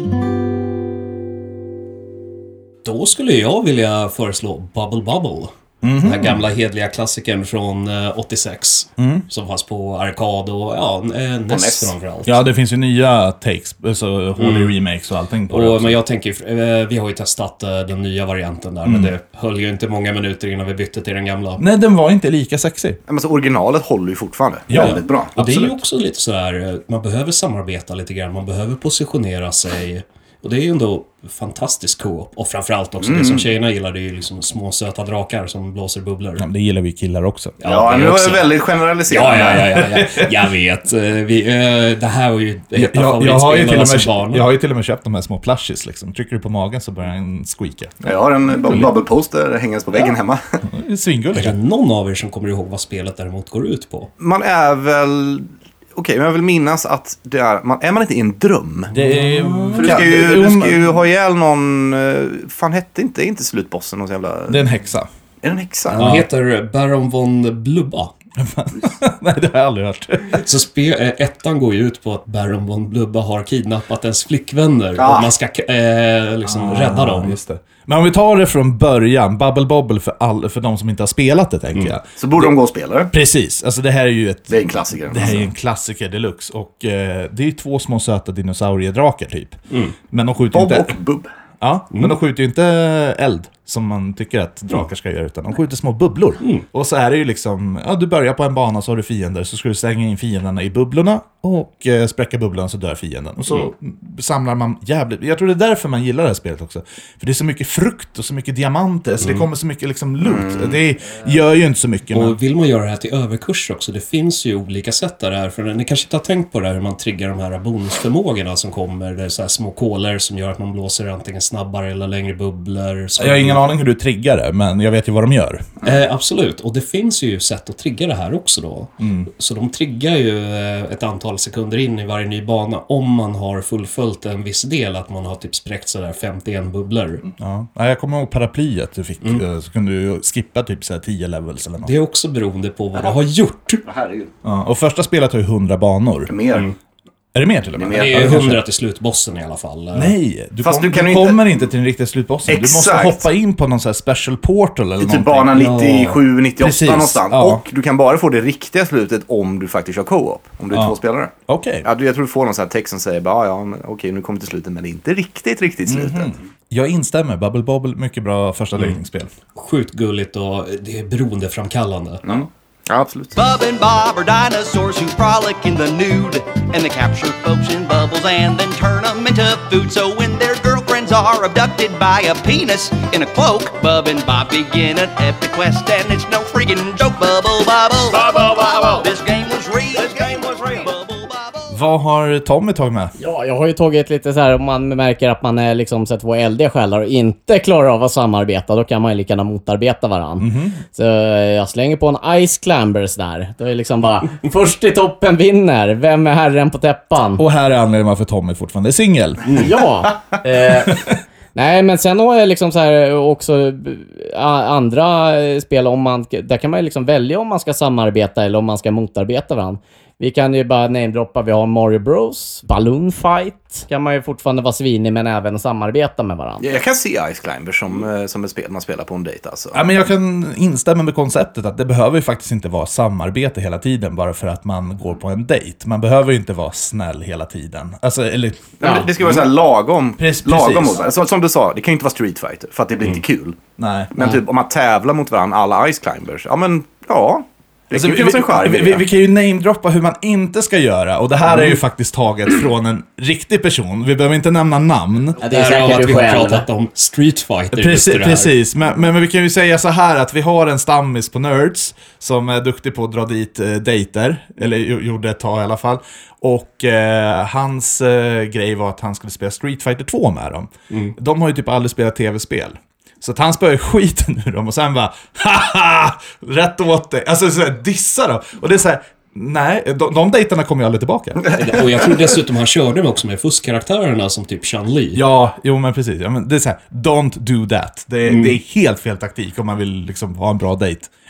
Då skulle jag vilja föreslå Bubble Bubble. Mm-hmm. Den här gamla hedliga klassikern från uh, åttiosex. Mm. Som fanns på arkad och ja, N E S framförallt. Ja, det finns ju nya takes, alltså H D mm. remakes och allting på och, det också. Men jag tänker, uh, vi har ju testat uh, den nya varianten där, mm. men det höll ju inte många minuter innan vi bytte till den gamla. Nej, den var inte lika sexig. Men så originalet håller ju fortfarande. Ja. Väldigt bra. Och det är ju också lite sådär, man behöver samarbeta lite grann, man behöver positionera sig. Och det är ju ändå fantastisk co-op. Och framförallt också mm. det som tjejerna gillar, det är ju liksom små söta drakar som blåser bubblor. Ja, det gillar vi killar också. Ja, ja nu var det väldigt generaliserat. Ja, ja, ja, ja, ja. Jag vet. Vi, det här var ju ett jag, av jag, har ju till och med, barn. jag har ju till och med köpt de här små plushies liksom. Trycker du på magen så börjar den squeaka. Jag har en bubble poster hängandes på väggen ja. hemma. Svingulligt. Är det någon av er som kommer ihåg vad spelet däremot går ut på? Man är väl... Okej, men jag vill minnas att det är... Man, är man inte i en dröm? Det är... För du ska ju, du ska ju ha ihjäl någon... Fan, hette inte, inte slutbossen någon jävla... Det är en häxa. Är det en häxa? Han ja. heter Baron von Blubba. Nej, det har jag aldrig hört. Så spe- ettan går ju ut på att Baron von Blubba har kidnappat ens flickvänner. Ja. Och man ska eh, liksom ah, rädda dem. Just det. Men om vi tar det från början, Bubble Bobble för, all, för de som inte har spelat det, tänker mm. jag. Så borde det, de gå och spela det. Precis, alltså det här är ju ett... Det är en klassiker. Det här är en klassiker deluxe. Och eh, det är ju två små söta dinosauriedrakar typ. Mm. Men de skjuter Bob inte... och Bub. Ja, mm. men de skjuter ju inte eld som man tycker att drakar ska göra, utan de skjuter små bubblor. Mm. Och så är det ju liksom, ja, du börjar på en bana så har du fiender, så ska du slänga in fienderna i bubblorna och eh, spräcka bubblorna så dör fienden. Och så mm. samlar man jävligt, jag tror det är därför man gillar det här spelet också. För det är så mycket frukt och så mycket diamanter, så mm. det kommer så mycket liksom loot. Mm. Det gör ju inte så mycket. Och men... vill man göra det här till överkurs också, det finns ju olika sätt där, för ni kanske inte har tänkt på det här, hur man triggar de här bonusförmågorna som kommer, det är så här små kolor som gör att man blåser antingen snabbare eller längre bubblor. Jag har ingen aning hur du triggar det, men jag vet ju vad de gör. Eh, absolut, och det finns ju sätt att trigga det här också då. Mm. Så de triggar ju ett antal sekunder in i varje ny bana om man har fullföljt en viss del, att man har typ spräckt sådär femtioen bubblor. Ja, jag kommer ihåg paraplyet du fick, mm. så kunde du skippa typ så här tio levels eller något. Det är också beroende på vad du har gjort. Ja, och första spelet har ju hundra banor. Mer. Mm. Är det mer till och med? Det är hundra till slutbossen i alla fall. Nej, du, Fast kom, du, kan du inte... kommer inte till den riktiga slutbossen. Exakt. Du måste hoppa in på någon sån här special portal eller typ någonting. Bana nittiosju nittioåtta Precis. någonstans. Ja. Och du kan bara få det riktiga slutet om du faktiskt kör co-op. Om du är ja. två spelare. Okej. Okay. Ja, jag tror du får någon sån här text som säger bara, ja, okej, okay, nu kommer till slutet, men det är inte riktigt, riktigt slutet. Mm-hmm. Jag instämmer. Bubble Bobble, mycket bra första mm. läggningsspel. Sjukt gulligt och det är beroendeframkallande. Mm. Ja, absolut. Bub and Bob are dinosaurs who frolic in the nude, and they capture folks in bubbles and then turn them into food. So when their girlfriends are abducted by a penis in a cloak, Bub and Bob begin an epic quest, and it's no freaking joke. Bubble Bobble, Bubble Bobble, this game was real, this game was real. Vad har Tommy tagit med? Ja, jag har ju tagit lite så här, om man märker att man är liksom så två eldiga själar och inte klarar av att samarbeta, då kan man ju lika gärna motarbeta varandra. Mm-hmm. Så jag slänger på en Ice Climbers där. Då är liksom bara, först i toppen vinner. Vem är herren på täppan? Och här är anledningen varför Tommy fortfarande är singel. Mm, ja. eh, nej, men sen har jag liksom så här också andra spel, om man, där kan man ju liksom välja om man ska samarbeta eller om man ska motarbeta varandra. Vi kan ju bara namedroppa, vi har Mario Bros, Balloon Fight. Kan man ju fortfarande vara svinig men även samarbeta med varandra. Jag kan se Ice Climbers som, som ett spel man spelar på en dejt alltså. Ja, men jag kan instämma med konceptet att det behöver ju faktiskt inte vara samarbete hela tiden bara för att man går på en dejt. Man behöver ju inte vara snäll hela tiden. Alltså, eller... Ja. Det ska vara så här lagom. Precis. lagom mot, som, som du sa, det kan ju inte vara Street Fighter för att det blir mm. inte kul. Nej. Men Nej. typ om man tävlar mot varandra, alla Ice Climbers, ja men, ja... Alltså, vi, vi, vi, vi kan ju namedroppa hur man inte ska göra. Och det här mm. är ju faktiskt taget från en riktig person. Vi behöver inte nämna namn. Ja, det är säkert att vi har pratat om Street Fighter. Precis, precis. Men, men vi kan ju säga så här att vi har en stammis på Nerds som är duktig på att dra dit eh, dejter. Eller gjorde ett tag i alla fall. Och eh, hans eh, grej var att han skulle spela Street Fighter två med dem. Mm. De har ju typ aldrig spelat tv-spel. Så att han spöar skiten ur dem och sen bara haha, rätt åt dig. Alltså så här, dissa dem. Och det är så här, nej, de, de dejterna kommer ju aldrig tillbaka. Och jag tror dessutom han körde med också med fuskkaraktärerna som typ Chun-Li. Ja, jo men precis. Ja, men det är så här, don't do that. Det, mm. det är helt fel taktik om man vill liksom ha en bra dejt.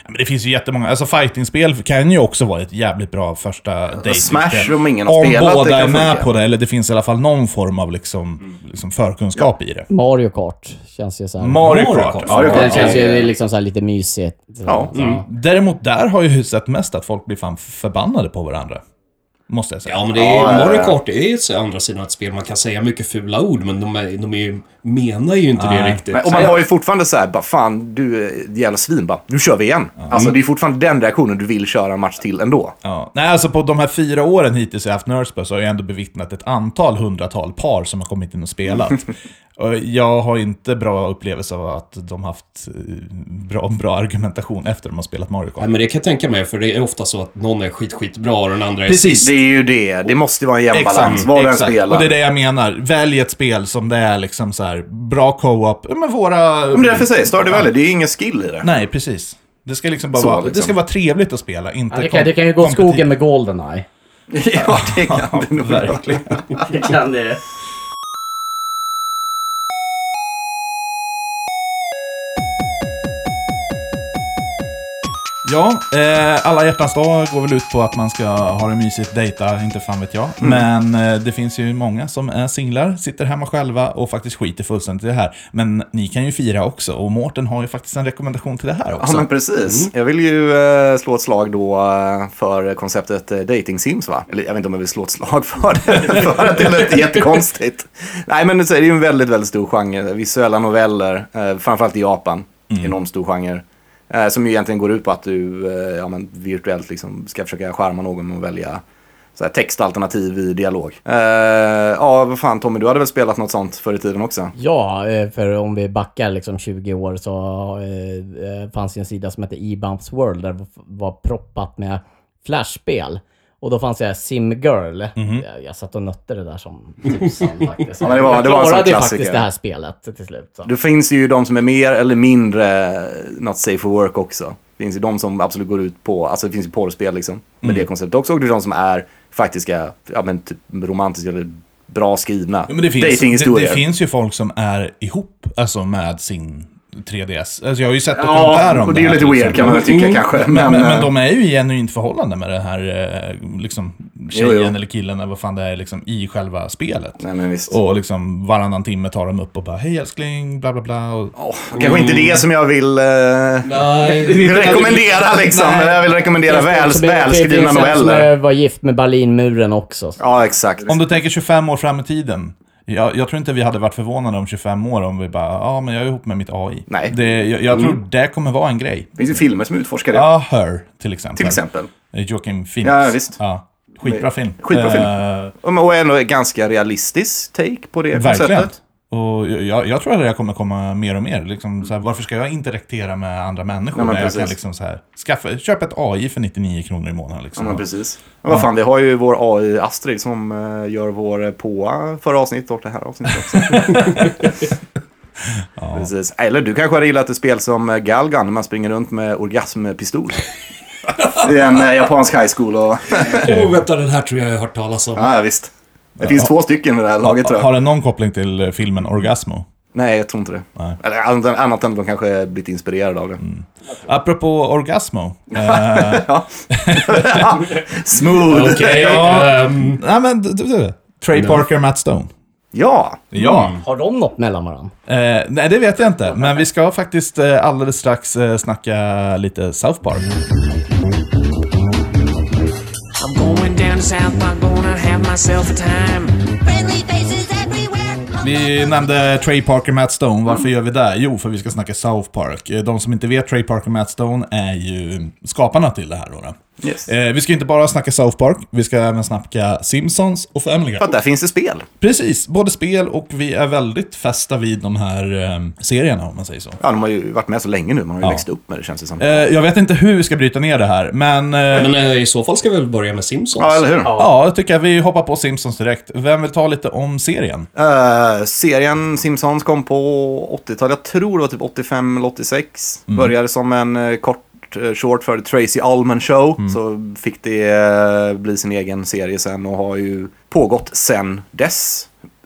Men det finns ju jättemånga. Alltså fightingspel kan ju också vara ett jävligt bra första datingspel. Smash om ingen har Om spelat, det båda kan är med funka. på det, eller det finns i alla fall någon form av liksom, liksom förkunskap i det. Mario Kart känns ju så här. Mario Mario Kart. Kart. Ja, Mario Det Kart. känns ju liksom så här lite mysigt. Ja. Så, Mm. Däremot där har jag ju sett mest att folk blir fan förbannade på varandra. Måste jag säga. Ja, men det är, Ja, ja, ja. Mario Kart är ju å andra sidan ett spel man kan säga mycket fula ord, men de, är, de är, ju- menar ju inte det Nej. riktigt. Men, och man har ju fortfarande så här, bara fan, du är jävla svin, bara, nu kör vi igen. Alltså det är fortfarande den reaktionen du vill köra en match till ändå. Ja. Nej, alltså på de här fyra åren hittills jag haft Nerdspur så har jag ändå bevittnat ett antal hundratal par som har kommit in och spelat. Och jag har inte bra upplevelse av att de haft eh, bra, bra argumentation efter de har spelat Mario Kart. Nej, men det kan jag tänka mig, för det är ofta så att någon är skit, skit bra och den andra är Precis. Det är ju det. Det måste ju vara en jämn balans. Vad den exakt. spelar. Och det är det jag menar. Välj ett spel som det är liksom så här bra co-op. Ja, men våra... Men det är därför jag säger, Stardew Valley, det är ingen skill i det. Nej, precis. Det ska liksom bara Så, vara, liksom. det ska vara trevligt att spela, inte Ja, det, kan, kom- det kan ju gå kompetitivt. skogen med Goldeneye. Ja, det kan det nog vara. Verkligen. Det kan det. Ja, eh, alla hjärtans dag går väl ut på att man ska ha det mysigt, dejta, inte fan vet jag. Men eh, det finns ju många som är singlar, sitter hemma själva och faktiskt skiter fullständigt i det här. Men ni kan ju fira också, och Mårten har ju faktiskt en rekommendation till det här också. Ja, men precis. Jag vill ju eh, slå ett slag då eh, för konceptet eh, dating sims, va? Eller jag vet inte om jag vill slå ett slag för det, för att det låter jättekonstigt. Nej, men det är ju en väldigt, väldigt stor genre. Visuella noveller, eh, framförallt i Japan. Enormt stor genre. Eh, som ju egentligen går ut på att du eh, ja, men virtuellt liksom ska försöka skärma någon och välja så här, textalternativ i dialog. Eh, ja, vad fan Tommy, du hade väl spelat något sånt förr i tiden också? Ja, eh, för om vi backar liksom tjugo år så eh, eh, fanns ju en sida som hette eBumps World där det var proppat med flashspel. Och då fanns det Simgirl. Mhm. jag, jag satt och nötte det där som tusan faktiskt. Ja, men det var- jag det var en sån klarade klassiker. faktiskt det här spelet till slut. Så. Det finns ju de som är mer eller mindre not safe for work också. Det finns ju de som absolut går ut på, alltså det finns ju porrspel liksom, med det konceptet också. Och det är de som är faktiska, ja men typ romantiska eller bra skrivna Ja, men det, finns, det, datinghistorier. det finns ju folk som är ihop, alltså med sin tre D S. Alltså jag har ju sett Ja, dokumentärer om och det är ju här, lite till weird exempel. kan man väl tycka kanske. Men, Men, men, men eh, de är ju i genuint förhållande med det här eh, liksom, tjejen Jo, jo. eller killen eller vad fan det är liksom, i själva spelet. nej men visst. Och liksom varannan timme tar de upp och bara hej älskling, bla bla bla. Och, Åh, kanske inte det som jag vill eh, Nej, rekommendera liksom. Jag vill rekommendera väl, Så det- välskrivna det finns en som noveller. eh, var gift med Berlinmuren också. Ja, exakt. om du tänker tjugofem år fram i tiden. Jag, jag tror inte vi hade varit förvånade om tjugofem år om vi bara, ja men jag är ihop med mitt A I. Nej. Det, jag jag tror det kommer vara en grej. Det finns ju filmer som utforskar det. Ja, Her till exempel. Till exempel. Joaquin Phoenix. Ja, visst. Ja, skitbra film. Skitbra film. Eh, Och ändå en ganska realistisk take på det verkligen. konceptet. Och jag, jag tror att det kommer komma mer och mer. Liksom, så här, varför ska jag interaktera med andra människor Ja, men när jag precis. kan liksom, så här, skaffa, köpa ett A I för nittionio kronor i månaden? Liksom. Ja, men precis. Men vad fan, vi har ju vår A I Astrid som uh, gör vår eh, påa förra avsnittet och det här avsnittet också. Ja. Precis. Eller du kanske hade gillat ett spel som eh, Galgun, när man springer runt med orgasmpistol. I en uh, japansk high school och... oh, vänta, den här tror jag jag har hört talas om. ja, visst. Det finns två stycken i det här laget tror jag. Har det någon koppling till eh, filmen Orgasmo? Nej, jag tror inte det. Nej. Eller annat, annat än att de kanske blivit inspirerade av det. Mm. Apropå Orgasmo. Eh, Ja. Smooth. Okej, Ja. ehm, nej men du, du. Trey Parker, Matt Stone. Ja. Ja. Har de något mellan varandra? Eh, nej, det vet jag inte. Men vi ska faktiskt eh, alldeles strax eh, snacka lite South Park. I'm going down south, I'm gonna have myself a time. Friendly faces everywhere. Vi nämnde Trey Parker, Matt Stone. Varför gör vi det? Jo, för vi ska snacka South Park. Eh, De som inte vet, Trey Parker, Matt Stone är ju skaparna till det här då. då. Yes. Eh, vi ska inte bara snacka South Park, vi ska även snacka Simpsons och Family Guy. För att där finns det spel. Precis, både spel och vi är väldigt fästa vid de här eh, serierna om man säger så. Ja, de har ju varit med så länge nu. Man har ju Ja. växt upp med det, känns det som. Eh, jag vet inte hur vi ska bryta ner det här, men... Eh, men eh, i så fall ska vi väl börja med Simpsons. Ja, eller hur? ja, jag tycker att vi hoppar på Simpsons direkt. Vem vill ta lite om serien? Uh, serien Simpsons kom på åttiotalet. Jag tror det var typ åttiofem eller åttiosex. Mm. Började som en uh, kort uh, short för The Tracy Ullman Show. Mm. Så fick det uh, bli sin egen serie sen och har ju pågått sen dess.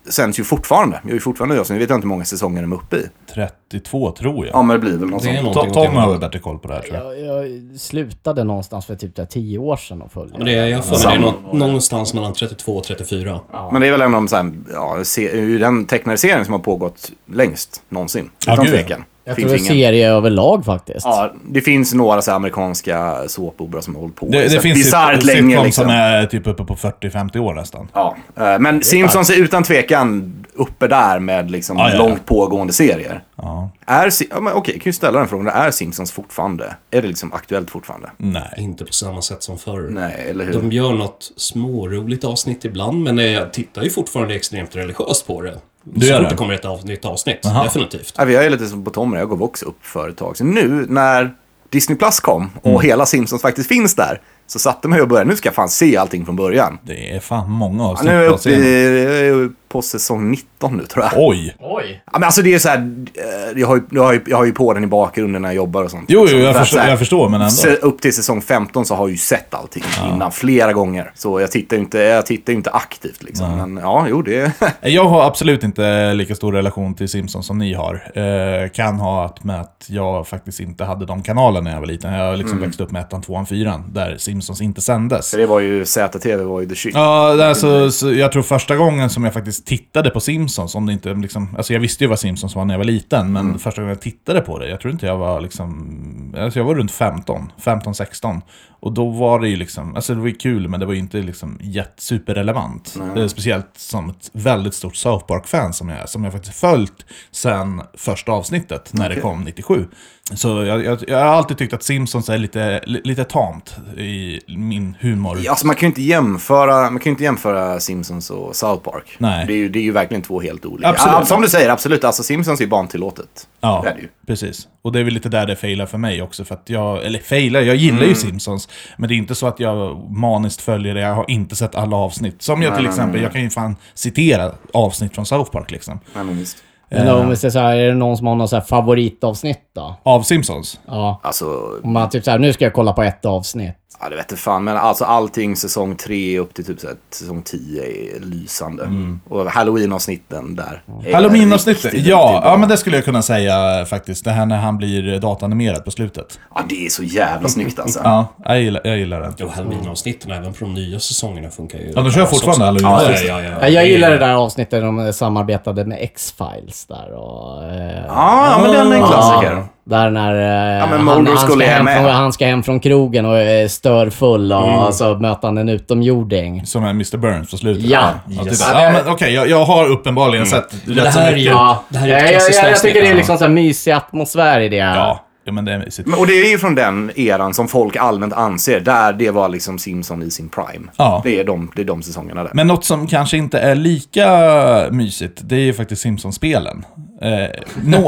sänds ju fortfarande. Jag är ju fortfarande jag, så jag vet inte hur många säsonger de är uppe i. trettiotvå tror jag. Ja, men det blir väl något Det är sånt. någonting Tom, åt Tom det har hållet. väl bättre koll på det här tror jag. Jag, jag slutade någonstans för typ där tio år sedan och följde. Men det är, jag får mig, det är nå- någonstans mellan trettiotvå och trettiofyra. Men det är väl en av de så här, ja, se, den tecknade serien som har pågått längst någonsin. Ja, Utan gud. tvekan. Jag Finns tror det är ingen. serie överlag faktiskt. Ja, det finns några så här amerikanska såpoperor som har hållit på. Det, så det finns bisarrt ett länge sitcom liksom. som är typ uppe på fyrtio femtio år nästan. Ja, eh, men Simpsons är utan tvekan uppe där med liksom Ja, ja. långt pågående serier. Ja. Är, Si- ja, men okej, kan ju ställa den frågan. Är Simpsons fortfarande? Är det liksom aktuellt fortfarande? Nej. Inte på samma sätt som förr. Nej, eller hur? De gör något småroligt avsnitt ibland, men jag tittar ju fortfarande extremt religiöst på det. Du Så gör fort det? det kommer ett av, nytt avsnitt, Aha. definitivt. Ja, vi är lite som på Tom, jag gav också upp för ett tag. Så nu när Disney Plus kom och Mm. hela Simpsons faktiskt finns där, så satte mig och började, nu ska jag fan se allting från början. Det är fan många Ja, avsnitt. nu är jag på uppe serien. i, jag är på säsong nitton nu tror jag. Oj! Oj! Ja, men alltså det är så här, eh, jag har, ju, jag, har ju, jag har ju på den i bakgrunden när jag jobbar och sånt. Jo, jo Så jag, för att förstår, så här, jag förstår, men ändå. se- upp till säsong femton så har jag ju sett allting innan flera gånger. Så jag tittar ju inte, jag tittar ju inte aktivt liksom. Men ja, jo det... Jag har absolut inte lika stor relation till Simpsons som ni har. Eh, kan ha att med att jag faktiskt inte hade de kanalerna när jag var liten. Jag har liksom Mm. växt upp med ettan, tvåan, fyran, där Simpsons inte sändes. Så det var ju, Z T V var ju the shit. Ja, det är alltså, så jag tror första gången som jag faktiskt tittade på Simpsons, om det inte liksom, alltså jag visste ju vad Simpsons var när jag var liten, men Mm. första gången jag tittade på det, jag tror inte jag var liksom, alltså jag var runt femton, femton sexton, och då var det ju liksom, alltså det var ju kul, men det var ju inte liksom jätte superrelevant. Det är speciellt som ett väldigt stort South Park-fan som jag är, som jag faktiskt följt sen första avsnittet när det kom nittiosju. Så jag, jag, jag har alltid tyckt att Simpsons är lite, lite tamt i min humor. Ja, alltså man kan ju inte jämföra, man kan ju inte jämföra Simpsons och South Park. Nej. Det är ju, det är ju verkligen två helt olika. Absolut. Ja, som du säger, absolut. Alltså Simpsons är ju barntillåtet. Ja, Det är det ju. precis. Och det är väl lite där det failar för mig också. För att jag, eller failar, jag gillar Mm. ju Simpsons. Men det är inte så att jag maniskt följer det. Jag har inte sett alla avsnitt. Som jag till Nej, exempel, nej, nej. jag kan ju fan citera avsnitt från South Park liksom. Nej, men visst. Men om vi säger så här, är det någon som har någon så här favoritavsnitt då? Av Simpsons? Ja. Alltså, Om man typ så här, nu ska jag kolla på ett avsnitt. ja det vet jag fan. Men alltså allting säsong tre upp till typ så här, säsong tio är lysande. Och Halloween-avsnitten där. är Halloween-avsnittet? riktigt, Ja, riktigt bra. ja, men det skulle jag kunna säga faktiskt. Det här när han blir datanimerad på slutet. Ja, det är så jävla snyggt alltså. Ja, jag gillar, jag gillar den. Och Halloween-avsnitten även på de nya säsongerna funkar ju. Ja, de kör fortfarande också. Halloween. Ja, ja, ja, Ja, jag gillar det där avsnittet där de samarbetade med X-Files där och... Eh, Ja, ja, men den är en klassiker. ja, där när eh, Ja, men han, Mulder han, ska skulle hem med. från, han ska hem från krogen och är störfull och så möter han en utomjording. Som är mister Burns på slutet. Ja. ja, Yes. typ. Ja, men okej, jag, jag har uppenbarligen sett det rätt så här är mycket. ju- Ja, Det här är ett jag, jag, klassiskt jag, jag avsnitt. tycker det är liksom så här mysig atmosfär i det. Ja, ja, men det är mysigt. Men- Och det är ju från den eran som folk allmänt anser, där det var liksom Simpson i sin prime. Ja. Det är de, det är de säsongerna där. Men något som kanske inte är lika mysigt, det är ju faktiskt Simpsons-spelen. Eh, nå-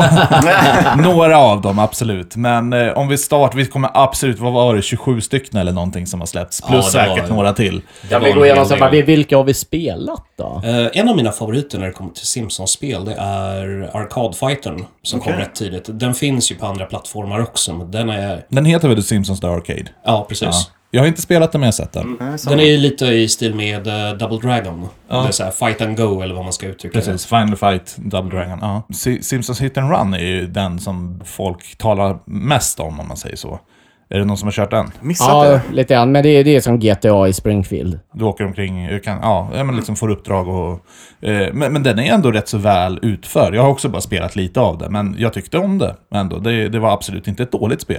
några av dem, absolut. Men eh, om vi startar, vi kommer absolut, vad var det, tjugosju stycken eller någonting som har släppts. Plus Ja, det var säkert det. några till. Jag var vill en gå igenom hel så här, del. bara, vilka har vi spelat då? Eh, en av mina favoriter när det kommer till Simpsons-spel, det är Arcade-fighten som kom rätt tidigt. Den finns ju på andra plattformar också, men den är... Den heter väl The Simpsons The Arcade? Ja, precis. Ja. Jag har inte spelat den, men jag har sett den. Den är ju lite i stil med uh, Double Dragon. Det är så här fight and go, eller vad man ska uttrycka det. Precis, Final Fight, Double Dragon. Ja. Si- Simpsons Hit and Run är ju den som folk talar mest om, om man säger så. Är det någon som har kört den? Missat Ja, det. lite grann. Men det är, det är som G T A i Springfield. Du åker omkring, du kan, ja, ja, men liksom får uppdrag och... Eh, men, men den är ändå rätt så väl utförd. Jag har också bara spelat lite av det, men jag tyckte om det ändå. Det, det var absolut inte ett dåligt spel.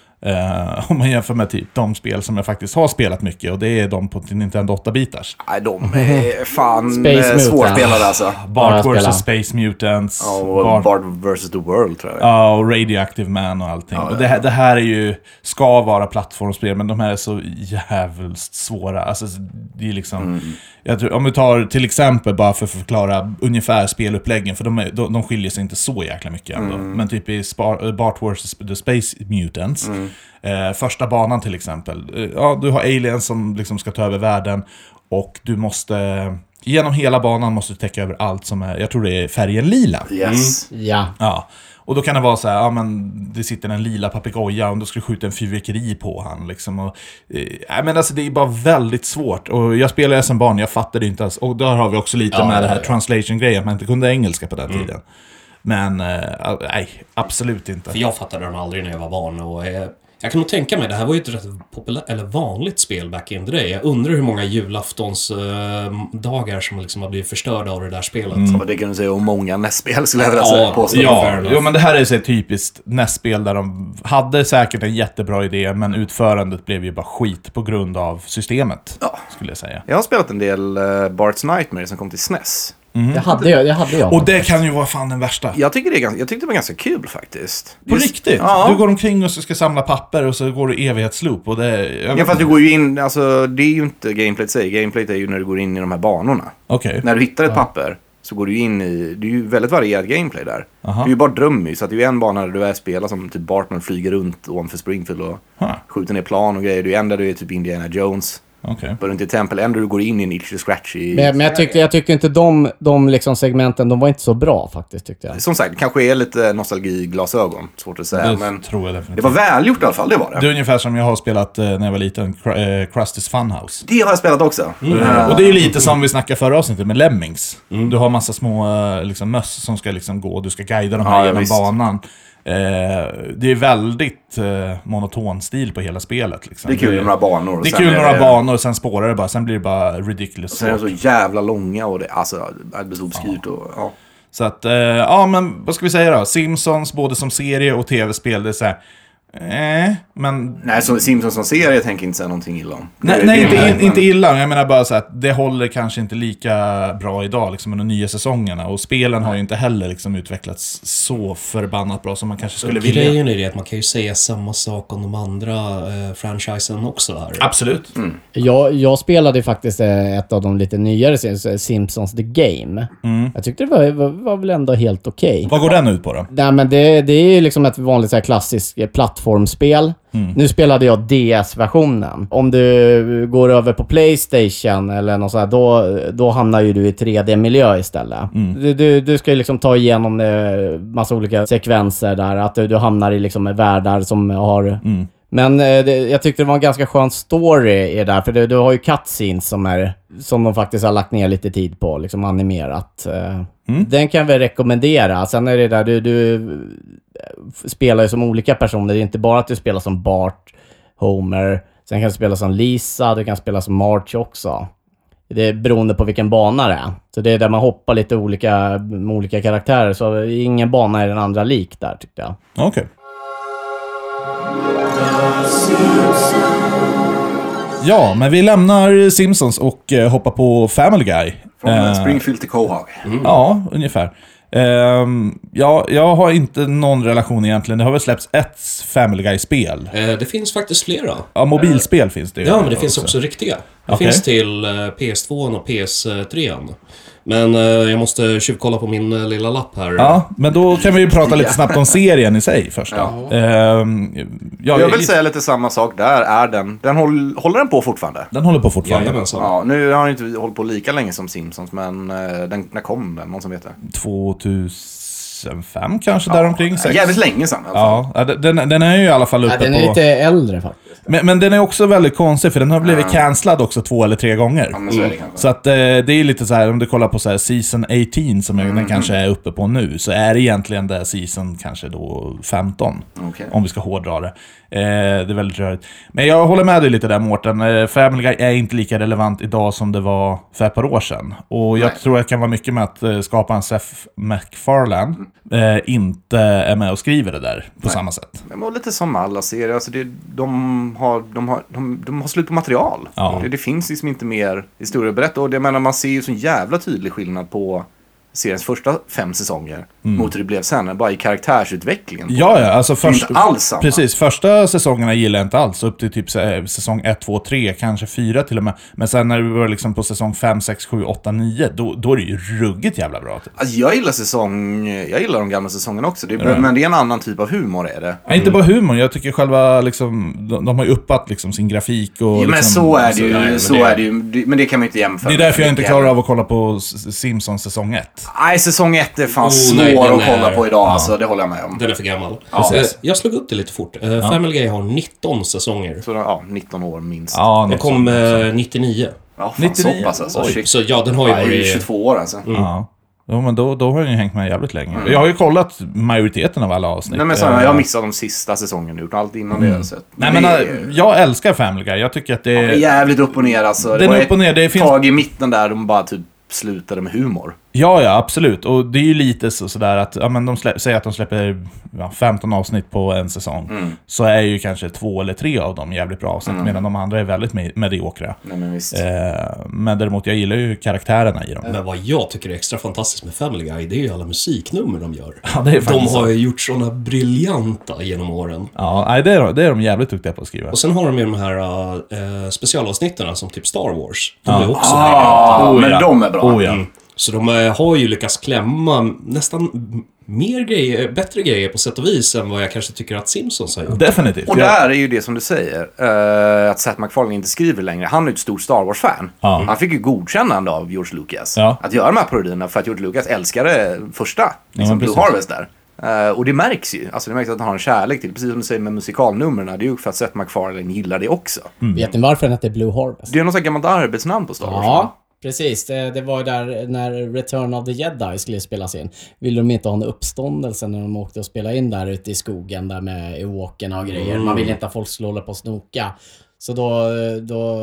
Eh, om man jämför med typ de spel som jag faktiskt har spelat mycket, och det är de på Nintendo åtta-bitars. Nej, de är fan Space eh, svårspelade Mutant. alltså. Bart spela. versus. Space Mutants. Ja, och Bart- Bart versus the World tror jag. Ja, och Radioactive Man och allting. Ja, och det här, det här är ju, ska vara plattformsspel, men de här är så jävligt svåra. Alltså, det är liksom... Mm. Jag tror, om vi tar till exempel, bara för att förklara ungefär speluppläggen, för de, är, de, de skiljer sig inte så jäkla mycket ändå. Mm. Men typ i Spar, Bart versus. The Space Mutants, Mm. eh, första banan till exempel. Eh, ja, du har aliens som liksom ska ta över världen, och du måste... Genom hela banan måste du täcka över allt som är, jag tror det är färgen lila. Yes. Ja. Ja, Och då kan det vara så här, ja men det sitter en lila papegoja och då ska du skjuta en fyrverkeri på han liksom. Och, eh, men alltså det är bara väldigt svårt. Och jag spelade som barn, jag fattade inte alls. Och där har vi också lite ja, med ja, det här ja. translation-grejen, att man inte kunde engelska på den mm. tiden. Men eh, nej, absolut inte. För jag fattade den aldrig när jag var barn och eh, jag kan nog tänka mig, det här var ju ett rätt populärt eller vanligt spel back in the day. Jag undrar hur många julaftons eh, dagar som liksom har blivit förstörda av det där spelet. Mm. Så det kan du säga om många N E S-spel skulle jag vilja säga. Ja, ja, ja, men det här är så typiskt N E S-spel där de hade säkert en jättebra idé, men utförandet blev ju bara skit på grund av systemet, ja. skulle jag säga. Jag har spelat en del uh, Bart's Nightmare som kom till S N E S. Mm. Det hade jag, det hade jag. Och det kan ju vara fan den värsta. Jag tycker det är ganska, jag tyckte det var ganska kul faktiskt. På Just, riktigt? Ja. Du går omkring och så ska samla papper och så går du evighetsloop och det... Ja, fast du går ju in, alltså det är ju inte gameplayt säger. Gameplayt är ju när du går in i de här banorna. Okej. Okay. När du hittar ett ja. papper så går du in i, det är ju väldigt varierad gameplay där. Aha. Det är ju bara drömmig, så att det är ju en bana där du är spelar som typ Bartman flyger runt ovanför Springfield och ha. skjuter ner plan och grejer. Det är ju en där du är typ Indiana Jones. Okay. Bara inte i tempel, ändå du går in i en itchy scratch i... Men, men jag tycker jag tycker inte de, de liksom segmenten, de var inte så bra faktiskt tyckte jag. Som sagt, det kanske är lite nostalgiglasögon, svårt att säga, det men tror jag definitivt. Det var välgjort i alla fall, det var det. Det är ungefär som jag har spelat eh, när jag var liten, Cr- eh, Krusty's Funhouse. Det har jag spelat också. Mm. Mm. Och det är ju lite som vi snackade förra avsnittet med Lemmings. Mm. Du har massa små eh, liksom, möss som ska liksom gå och du ska guida dem här ja, genom visst. banan. Eh, det är väldigt eh, monoton stil på hela spelet liksom. Det är kul några banor. Det är kul några det... banor och sen spårar det bara. Sen blir det bara ridiculous. Och sen är det så jävla långa och det, alltså, det blir så obskyrt ja. och ja. Så att, eh, ja men vad ska vi säga då? Simpsons både som serie och tv-spel, det är så här. Eh, men... Nej, så Simpsons som serie tänker jag inte säga någonting illa om. Nej, nej inte, in, men... inte illa. Jag menar bara så att det håller kanske inte lika bra idag liksom under nya säsongerna. Och spelen har ju inte heller liksom utvecklats så förbannat bra som man kanske skulle vilja. Grejen är det att man kan ju säga samma sak om de andra eh, franchisen också här. Absolut. Mm. Jag, jag spelade faktiskt ett av de lite nyare Simpsons The Game. Mm. Jag tyckte det var, var, var väl ändå helt okej. Okay. Vad går den ut på då? Nej, men det, det är ju liksom ett vanligt så här klassiskt plattform formspel. Mm. Nu spelade jag D S-versionen. Om du går över på PlayStation eller något sådär, då, då hamnar ju du i tre D-miljö istället. Mm. Du, du, du ska ju liksom ta igenom eh, massa olika sekvenser där. Att du, du hamnar i liksom världar som har... Mm. Men eh, det, jag tyckte det var en ganska skön story i där. För det, du har ju cutscenes som, är, som de faktiskt har lagt ner lite tid på. Liksom animerat. Eh, mm. Den kan vi rekommendera. Sen är det där du... du spelar ju som olika personer. Det är inte bara att du spelar som Bart, Homer. Sen kan du spela som Lisa. Du kan spela som Marge också. Det är beroende på vilken bana det är. Så det är där man hoppar lite olika, med olika karaktärer. Så ingen bana är den andra lik där tyckte jag. Okej. Okay. Ja, men vi lämnar Simpsons och eh, hoppar på Family Guy. Från uh, Springfield till Quahog. Mm. Ja, ungefär. Um, ja, jag har inte någon relation egentligen. Det har väl släppts ett Family Guy-spel. Eh, det finns faktiskt flera. Ja, mobilspel eh, finns det ju. Ja, men det finns också, också riktiga. Det okay. finns till eh, P S två och P S tre. Men eh, jag måste tjuvkolla på min eh, lilla lapp här. Ja, men då kan vi ju prata lite snabbt om serien i sig först. Ja. Ehm, ja, jag vill jag, säga lite samma sak där. Är den, den håll, håller den på fortfarande? Den håller på fortfarande. Ja, ja, nu har den inte hållit på lika länge som Simpsons, men eh, den, när kom den? Någon som vet det? tvåtusenfem kanske, ja, däromkring. Ja, jävligt länge sedan. Alltså. Ja, den, den är ju i alla fall uppe på... Ja, den är på... lite äldre faktiskt. Men, men den är också väldigt konstig, för den har blivit cancellad också två eller tre gånger. Ja, så, mm. så att eh, det är lite så här, om du kollar på så här season arton som mm. den kanske är uppe på nu, så är det egentligen det season kanske då femton. Okay. Om vi ska hårdra det. Eh, det är väldigt rörigt. Men jag håller med dig lite där, Mårten. Eh, Family Guy är inte lika relevant idag som det var för ett par år sedan. Och jag Nej. tror det kan vara mycket med att eh, skapa en Seth MacFarlane eh, inte är med och skriver det där på Nej. samma sätt. Det var lite som alla serier. Alltså det, de, har, de, har, de, de har slut på material. Ja. Det, det finns liksom inte mer historia att berätta. Och det, menar, man ser ju så jävla tydlig skillnad på seriens första fem säsonger mm. mot hur det blev sen, bara i karaktärsutvecklingen. Ja, ja, alltså först, inte alls samma. Precis, första säsongerna gillar jag inte alls, upp till typ säsong ett, två, tre, kanske fyra till och med. Men sen när vi var liksom på säsong fem, sex, sju, åtta, nio, då, då är det ju ruggigt jävla bra. Typ. Alltså jag gillar säsong, jag gillar de gamla säsongerna också, det är, ja. men det är en annan typ av humor är det. Ja, inte bara humor, jag tycker själva liksom, de, de har ju uppat liksom sin grafik och... Ja, men liksom, så är det ju, så, så det, är det ju, men det kan man ju inte jämföra. Det är därför jag inte klarar av att kolla på Simpsons säsong ett. Nej, säsong ett är fan Oh, svår nej, den att kolla är- på idag, alltså, det håller jag med om. Den är för gammal. Ja. Eh, Jag slog upp det lite fort. Eh, Family Guy har nitton säsonger. Så ja, nitton år minst. Ja, Den något kom sånt. eh, nittionio. Ja, fan nittionio. så pass alltså. Oj. Shit. Så ja, den har ju Ja, det är ju varit... tjugotvå år alltså. Ja. Jo, men då, då har den ju hängt med jävligt länge. Jag har ju kollat majoriteten av alla avsnitt. Nej men så, Eh, jag har missat de sista säsongerna, gjort allt innan det. Så. Nej, det men är, äh, jag älskar Family Guy. Jag tycker att det det är är... jävligt upp och ner alltså. Det Den var upp och ner, det ett finns- tag i mitten där de bara typ slutade med humor. Ja, ja, absolut. Och det är ju lite så, sådär att, ja men de slä, säger att de släpper ja, femton avsnitt på en säsong. Mm. Så är ju kanske två eller tre av dem jävligt bra avsnitt, Mm. medan de andra är väldigt me- mediokra. Nej men visst. Eh, men däremot, jag gillar ju karaktärerna i dem. Men vad jag tycker är extra fantastiskt med Family Guy, det är ju alla musiknummer de gör. Ja, det är De faktiskt har så. ju gjort såna briljanta genom åren. Ja, nej, det är, de- det är de jävligt duktiga på att skriva. Och sen har de ju de här uh, specialavsnitten som typ Star Wars. De Ja. är också Ja, Oh, men ja. de är bra. Oh, ja. Mm. Så de eh, har ju lyckats klämma nästan mer grejer, bättre grejer på sätt och vis än vad jag kanske tycker att Simpsons har gjort. Definitivt. Och Jag- där är ju det som du säger, eh, att Seth MacFarlane inte skriver längre. Han är ju ett stort Star Wars-fan. Ja. Han fick ju godkännande av George Lucas Ja. att göra de här parodierna för att George Lucas älskade första, liksom men Blue precis. Harvest där. Eh, och det märks ju, alltså det märks att han har en kärlek till, precis som du säger med musikalnumren, det är ju för att Seth MacFarlane gillar det också. Vet ni varför den heter Blue Harvest? Det är något sånt gammalt arbetsnamn på Star Wars. va? Ja, precis. Det, det var ju där när Return of the Jedi skulle spelas in. Ville de inte ha en uppståndelse när de åkte och spelade in där ute i skogen där med Ewokerna och grejer. Man ville inte att folk skulle hålla på och snoka. Så då, då,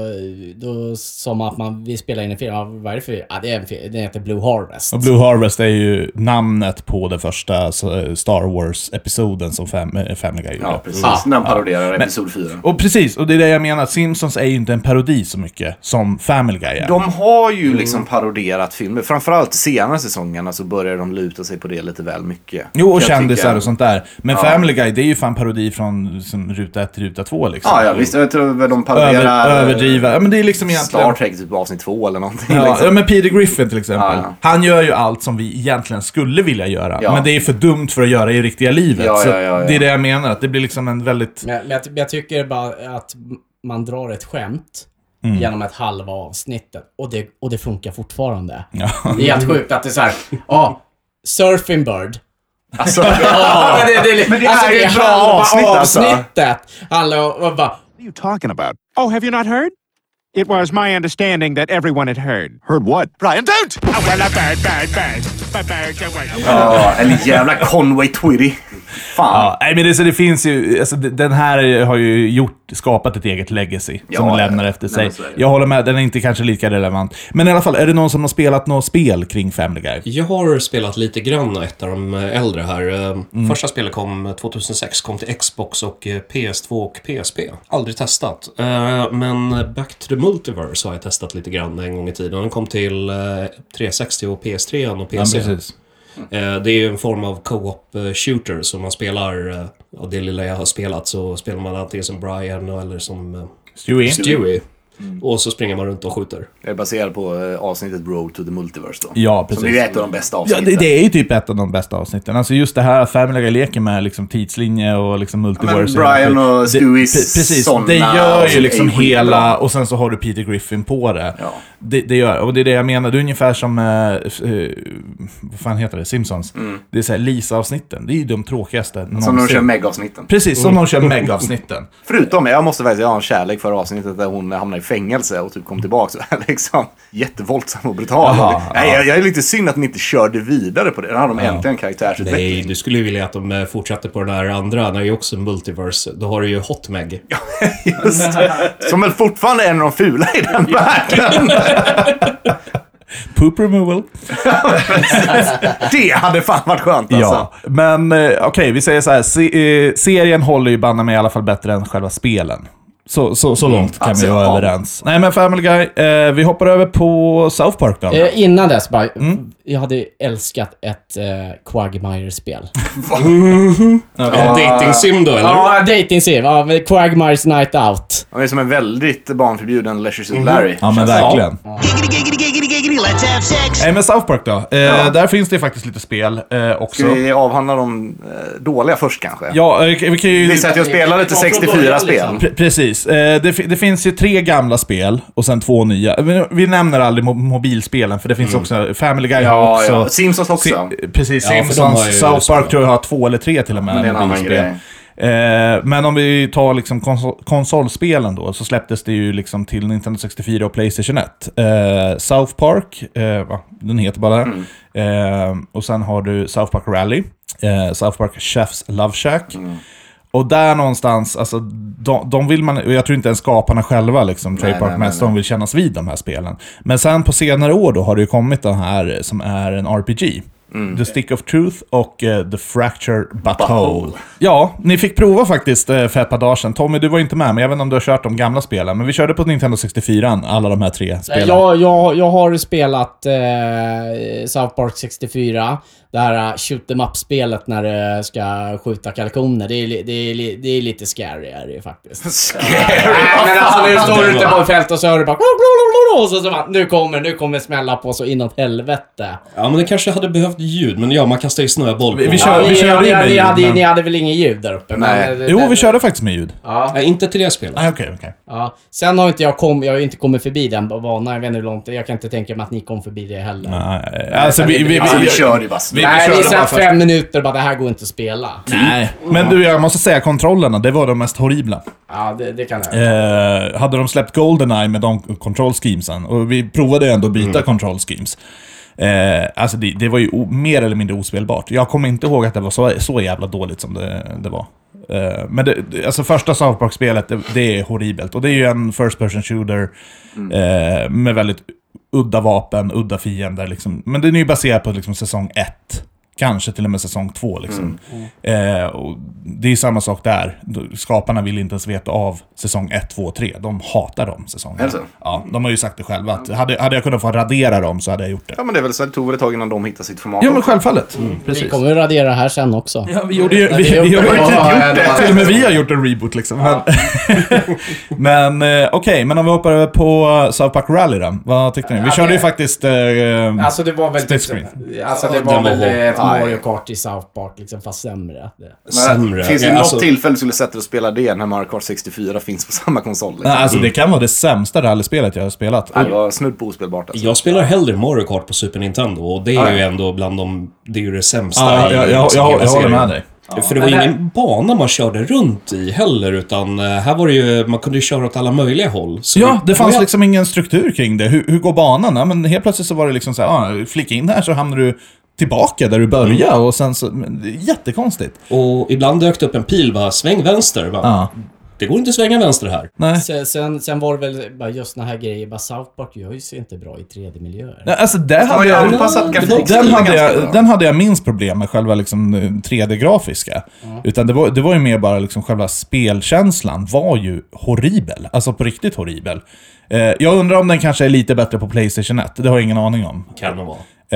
då sa man att man vill spela in en film. Ja, vad är det för? Ja, det är en film. Den heter Blue Harvest. Och Blue Harvest är ju namnet på den första så, Star Wars-episoden som fam- eh, Family Guy gjorde. Ja, precis. Ja. När han paroderar episod fyra. Och precis, och det är det jag menar. Simpsons är ju inte en parodi så mycket som Family Guy är. De har ju liksom paroderat filmer. Framförallt senare säsongerna så börjar de luta sig på det lite väl mycket. Jo, och Kan jag kändisar tycka. och sånt där. Men Ja. Family Guy, det är ju fan parodi från som, ruta ett till ruta två liksom. Ja, ja, visst. Jag tror väl de Över, paroderar... överdriva. Ja, men det är liksom egentligen... Star Trek typ avsnitt två eller någonting. Ja, liksom. ja, men Peter Griffin till exempel. Ja, ja. Han gör ju allt som vi egentligen skulle vilja göra. Ja. Men det är för dumt för att göra i riktiga livet. Ja, Så ja, ja, ja. det är det jag menar. Att det blir liksom en väldigt... Men, men, jag, men jag tycker bara att man drar ett skämt Mm. genom ett halva avsnittet. Och det, och det funkar fortfarande. Ja. Det är helt sjukt att det är så här. Ja, Surfing Bird. Alltså, Ja, men det, det, Men det alltså, är ju det ett bra halva avsnitt, alltså. avsnittet handlar om och bara, What are you talking about? Oh, have you not heard? It was my understanding that everyone had heard. Heard what? Brian, don't! Oh, well, a bird, bird, bird. Bird, bird, bird. ja, eller jävla Conway Twitty. Fan. Ja, nej, men det, så det finns ju, alltså, d- den här har ju gjort, skapat ett eget legacy Ja, som den ja, lämnar ja. efter Nej, sig. men så är det. Jag håller med, den är inte kanske lika relevant. Men i alla fall, är det någon som har spelat något spel kring Family Guy? Jag har spelat lite grann ett av de äldre här. Mm. Första spelet kom tjugohundrasex, kom till Xbox och eh, P S två och P S P. Aldrig testat. Eh, Men Back to the Multiverse har jag testat lite grann en gång i tiden. Den kom till eh, trehundrasextio och P S tre och P C. Ja, precis. Eh, Det är ju en form av co-op eh, shooter som man spelar, eh, av det lilla jag har spelat så spelar man antingen som Brian eller som eh, Stewie? Stewie. Och så springer man runt och skjuter. Det är baserat på eh, avsnittet Road to the Multiverse då. Ja, precis. Som är ju ett av de bästa Ja, avsnitten. det, det är ju typ ett av de bästa avsnitten. Alltså just det här att Family Guy leker med liksom tidslinje och liksom multiverse. Ja, men Brian och Det- Stewies pre- Precis, såna det gör ju som liksom är skitbra. hela, och sen så har du Peter Griffin på det. Ja. Det, det gör, och det är det jag menar. Det är ungefär som, eh, eh, vad fan heter det, Simpsons. Det är så här, Lisa-avsnitten. Det är ju de tråkigaste Som de någonsin. kör Meg-avsnitten. Precis, som de kör Meg-avsnitten. Förutom, jag måste faktiskt, jag har en kärlek för avsnittet där hon hamnar i fängelse och typ kom tillbaka så här liksom jättevåldsam och brutal. Jaha, Nej, ja. jag, jag är lite synd att de inte körde vidare på det. Där hade de äntligen karaktärsutveckling. Nej, du skulle ju vilja att de eh, fortsatte på den här andra, när det är också multiverse. Då har du ju Hot Meg. Just, som väl fortfarande är en av de fula i den världen. Poop removal. Det hade fan varit skönt alltså. Ja, men eh, okej, vi säger så här. Se, eh, serien håller ju banne med i alla fall bättre än själva spelen. Så, så, så långt kan alltså, vi vara ja. överens. Nej, men Family Guy, eh, vi hoppar över på South Park då. eh, innan dess bara, jag hade älskat ett eh, Quagmire-spel. Ja. Dating sim då, eller? Ja, dating sim. Ja, med Quagmires Night Out. Det är som en väldigt barnförbjuden Leisure Suit Larry. Ja, men Känns det. verkligen. Giggity, giggity, giggity, giggity, let's have sex. Nej, men South Park då. Eh, ja. Där finns det faktiskt lite spel eh, också. Ska vi avhandla de eh, dåliga först kanske? Ja, vi kan ju... Vissa att jag spelar lite sextiofyra spel. Pre- precis. Eh, det, det finns ju tre gamla spel och sen två nya. Vi, vi nämner aldrig mo- mobilspelen, för det finns mm. också... Family Guy ja, har också... Ja. Simpsons också. Si- precis, ja, Simpsons. South Park tror jag har två eller tre till och med. Men det är en annan grej. Eh, men om vi tar liksom konsol- konsolspelen då, så släpptes det ju liksom till Nintendo sextiofyra och PlayStation ett. Eh, South Park, eh, va, den heter bara det. Mm. Eh, och sen har du South Park Rally, eh, South Park Chef's Love Shack. Mm. Och där någonstans, alltså, de, de vill man, jag tror inte ens skaparna själva, liksom, Trey Park mest, de vill kännas vid de här spelen. Men sen på senare år då har det ju kommit den här som är en R P G. Mm. The Stick of Truth och uh, The Fractured Butthole. Ja, ni fick prova faktiskt uh, för ett par dagar sedan. Tommy, du var inte med, men jag vet inte om du har kört de gamla spelen. Men vi körde på Nintendo sextiofyra, alla de här tre spelen. Jag, jag, jag har spelat uh, South Park sextiofyra. Det här shoot em up-spelet när det ska skjuta kalkoner. Det är, det är, det är lite scary är det faktiskt. Scary? Ja, men alltså när du står ute på en fält och så hör du bara... Och så, så nu kommer nu kommer smälla på så inåt helvete. Ja, men det kanske hade behövt ljud. Men ja, man kastar ju snöboll på. Vi, vi, kör, ja, vi körde ni, med ni, ljud, hade, men... ni hade väl ingen ljud där uppe? Nej. Men, jo, det, vi körde faktiskt med ljud. Ja. Nej, inte till det spelet. Ah, okej, okej. Ja. Sen har inte jag kom, jag har inte kommit förbi den banan. Jag vet inte hur långt. Jag kan inte tänka mig att ni kom förbi det heller. Nej, alltså vi, vi, vi, alltså, vi, vi körde ju bara. Vi, Nej, vi vi körde satt fem minuter bara, det här går inte att spela. Nej, men du, jag måste säga kontrollerna, det var de mest horribla. Ja, det, det kan jag. Eh, hade de släppt GoldenEye med de control schemesen, och vi provade ju ändå att byta mm. control schemes. Eh, alltså det, det var ju o, mer eller mindre ospelbart. Jag kommer inte ihåg att det var så, så jävla dåligt som det, det var. Eh, men det, alltså första South Park-spelet, det, det är horribelt. Och det är ju en first person shooter mm. eh, med väldigt udda vapen, udda fiender liksom. Men den är ju baserad på liksom säsong ett. Kanske till och med säsong två liksom. Mm. Mm. Eh, och det är ju samma sak där. Skaparna vill inte ens veta av säsong ett, två, tre. De hatar dem säsongen. Alltså. Ja, de har ju sagt det själva. Att hade, hade jag kunnat få radera dem så hade jag gjort det. Ja, men det är väl så det tog väl ett tag innan de hittar sitt format. Ja, men självfallet. Mm. Vi kommer att radera här sen också. Ja, vi gjorde ju... Vi, vi, vi, vi har ju gjort det. Till och med vi har gjort en reboot liksom. Ja. Men, men eh, okej, okay, men om vi hoppar över på South Park Rally då. Vad tyckte ni? Vi körde ju faktiskt... Eh, alltså det var väl... Typ, alltså det var väl ett Mario Kart i South Park, liksom, fast sämre. Det. Sämre. Finns det ja, något alltså... tillfälle du skulle sätta och spela det när Mario Kart sextiofyra finns på samma konsol? Liksom? Nej, alltså det kan vara det sämsta rallyspelet jag har spelat. Ja, det var snudd på ospelbart. Alltså. Jag spelar hellre Mario Kart på Super Nintendo, och det är ja, ju ändå bland de... Det är ju det sämsta ja, i ja, ja, liksom, jag, jag, jag håller med dig. Ja. För det var ingen bana man körde runt i heller, utan här var det ju, man kunde ju köra åt alla möjliga håll. Så ja, det fanns jag... liksom ingen struktur kring det. Hur, hur går banan? Ja, men helt plötsligt så var det liksom så här, ah, flicka in här så hamnar du tillbaka där du började mm. och sen så, jättekonstigt. Och ibland dök det upp en pil, bara sväng vänster, bara. Ja. Det går inte att svänga vänster här. Nej. Sen, sen, sen var det väl bara just den här grejen, bara South Park gör ju sig inte bra i tre D-miljöer. Nej, alltså det hade jag, jag den, hade jag, den hade jag minst problem med, själva liksom tre D-grafiska. Mm. Utan det var, det var ju mer bara liksom själva spelkänslan var ju horribel. Alltså på riktigt horribel. Eh, jag undrar om den kanske är lite bättre på PlayStation ett. Det har jag ingen aning om. Kan det vara.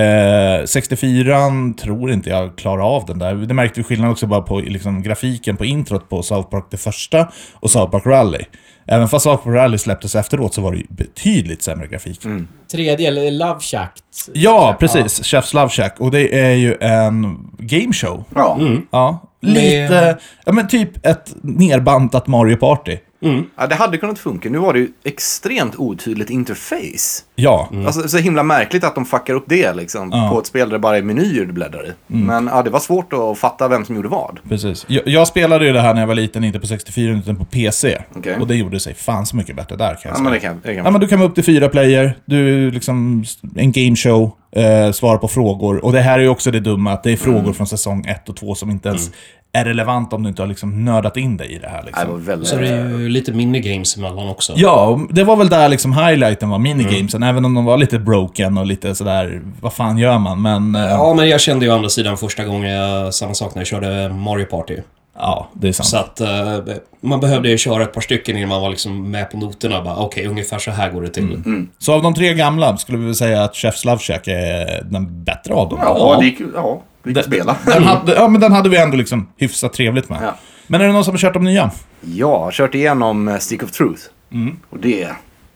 Eh, sextiofyra tror inte jag klarar av den där. Det märkte vi skillnad också bara på liksom, grafiken på introt på South Park det första och South Park Rally. Även fast South Park Rally släpptes efteråt så var det ju betydligt sämre grafik. Mm. Tredje, eller Love Shack. Ja, precis. Ja. Chef's Love Shack. Och det är ju en gameshow. Ja. Mm. Ja. Lite, ja men typ ett nerbantat Mario Party. Mm. Ja, det hade kunnat funka. Nu var det ju extremt otydligt interface. Ja. Mm. Alltså, så himla märkligt att de fuckar upp det liksom, ja. På ett spel där det bara är menyer du bläddrar i. Mm. Men ja, det var svårt att fatta vem som gjorde vad. Precis. Jag, jag spelade ju det här när jag var liten, inte på sextiofyra utan på P C. Okay. Och det gjorde sig fan så mycket bättre där, kan jag ja, säga. Men det kan, det kan ja, men du kan vara upp till fyra player. Du liksom en gameshow. Eh, svara på frågor. Och det här är ju också det dumma, att det är frågor mm. från säsong ett och två som inte ens mm. är relevant om du inte har liksom nördat in dig i det här. Liksom. Det var väldigt... Så det är ju lite minigames emellan också. Ja, det var väl där liksom highlighten var, minigamesen. Mm. Även om de var lite broken och lite sådär, vad fan gör man? Men, eh... Ja, men jag kände ju å andra sidan första gången jag, samma sak när jag körde Mario Party. Ja, det är sant. Så att uh, man behövde ju köra ett par stycken innan man var liksom med på noterna. Okej, okay, ungefär så här går det till. Mm. Mm. Så av de tre gamla skulle vi väl säga att Chef's Love Shack är den bättre av dem? Ja, ja. det gick, ja, det gick att spela. Den hade, ja, men den hade vi ändå liksom hyfsat trevligt med. Ja. Men är det någon som har kört de nya? Ja, jag har kört igenom Stick of Truth. Mm. Och det,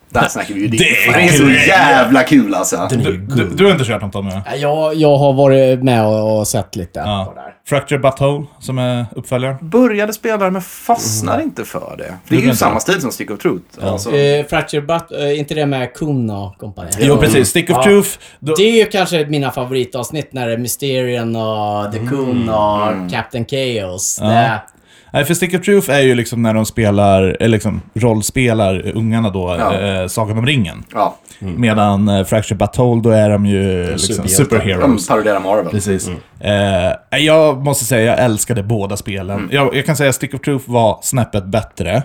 Där snackar vi ju det. Det är Det är så jävla kul alltså. Den är ju Du, guld. du har inte kört något om det? Jag, jag har varit med och, och sett lite Ja. på det här. Fractured Butthole, som är uppföljaren. Började spela men fastnar mm. inte för det. Det är ju inte. samma stil som Stick of Truth. Ja. Alltså. Eh, Fracture Butt, eh, inte det med Kunna kompani? Jo, precis. Stick of Ja. Truth. Då... Det är ju kanske mina favoritavsnitt när det är Mysterion och The Kun och Mm. Captain Chaos. Ja. Det, Nej, för Stick of Truth är ju liksom när de spelar, eller liksom rollspelar ungarna då, Ja. eh, Sagan om ringen. Ja. Mm. Medan eh, Fractured Butthole, då är de ju liksom superhjältar. De superheroes. paroderar Marvel. Precis. Eh, jag måste säga, jag älskade båda spelen. Mm. Jag, jag kan säga att Stick of Truth var snäppet bättre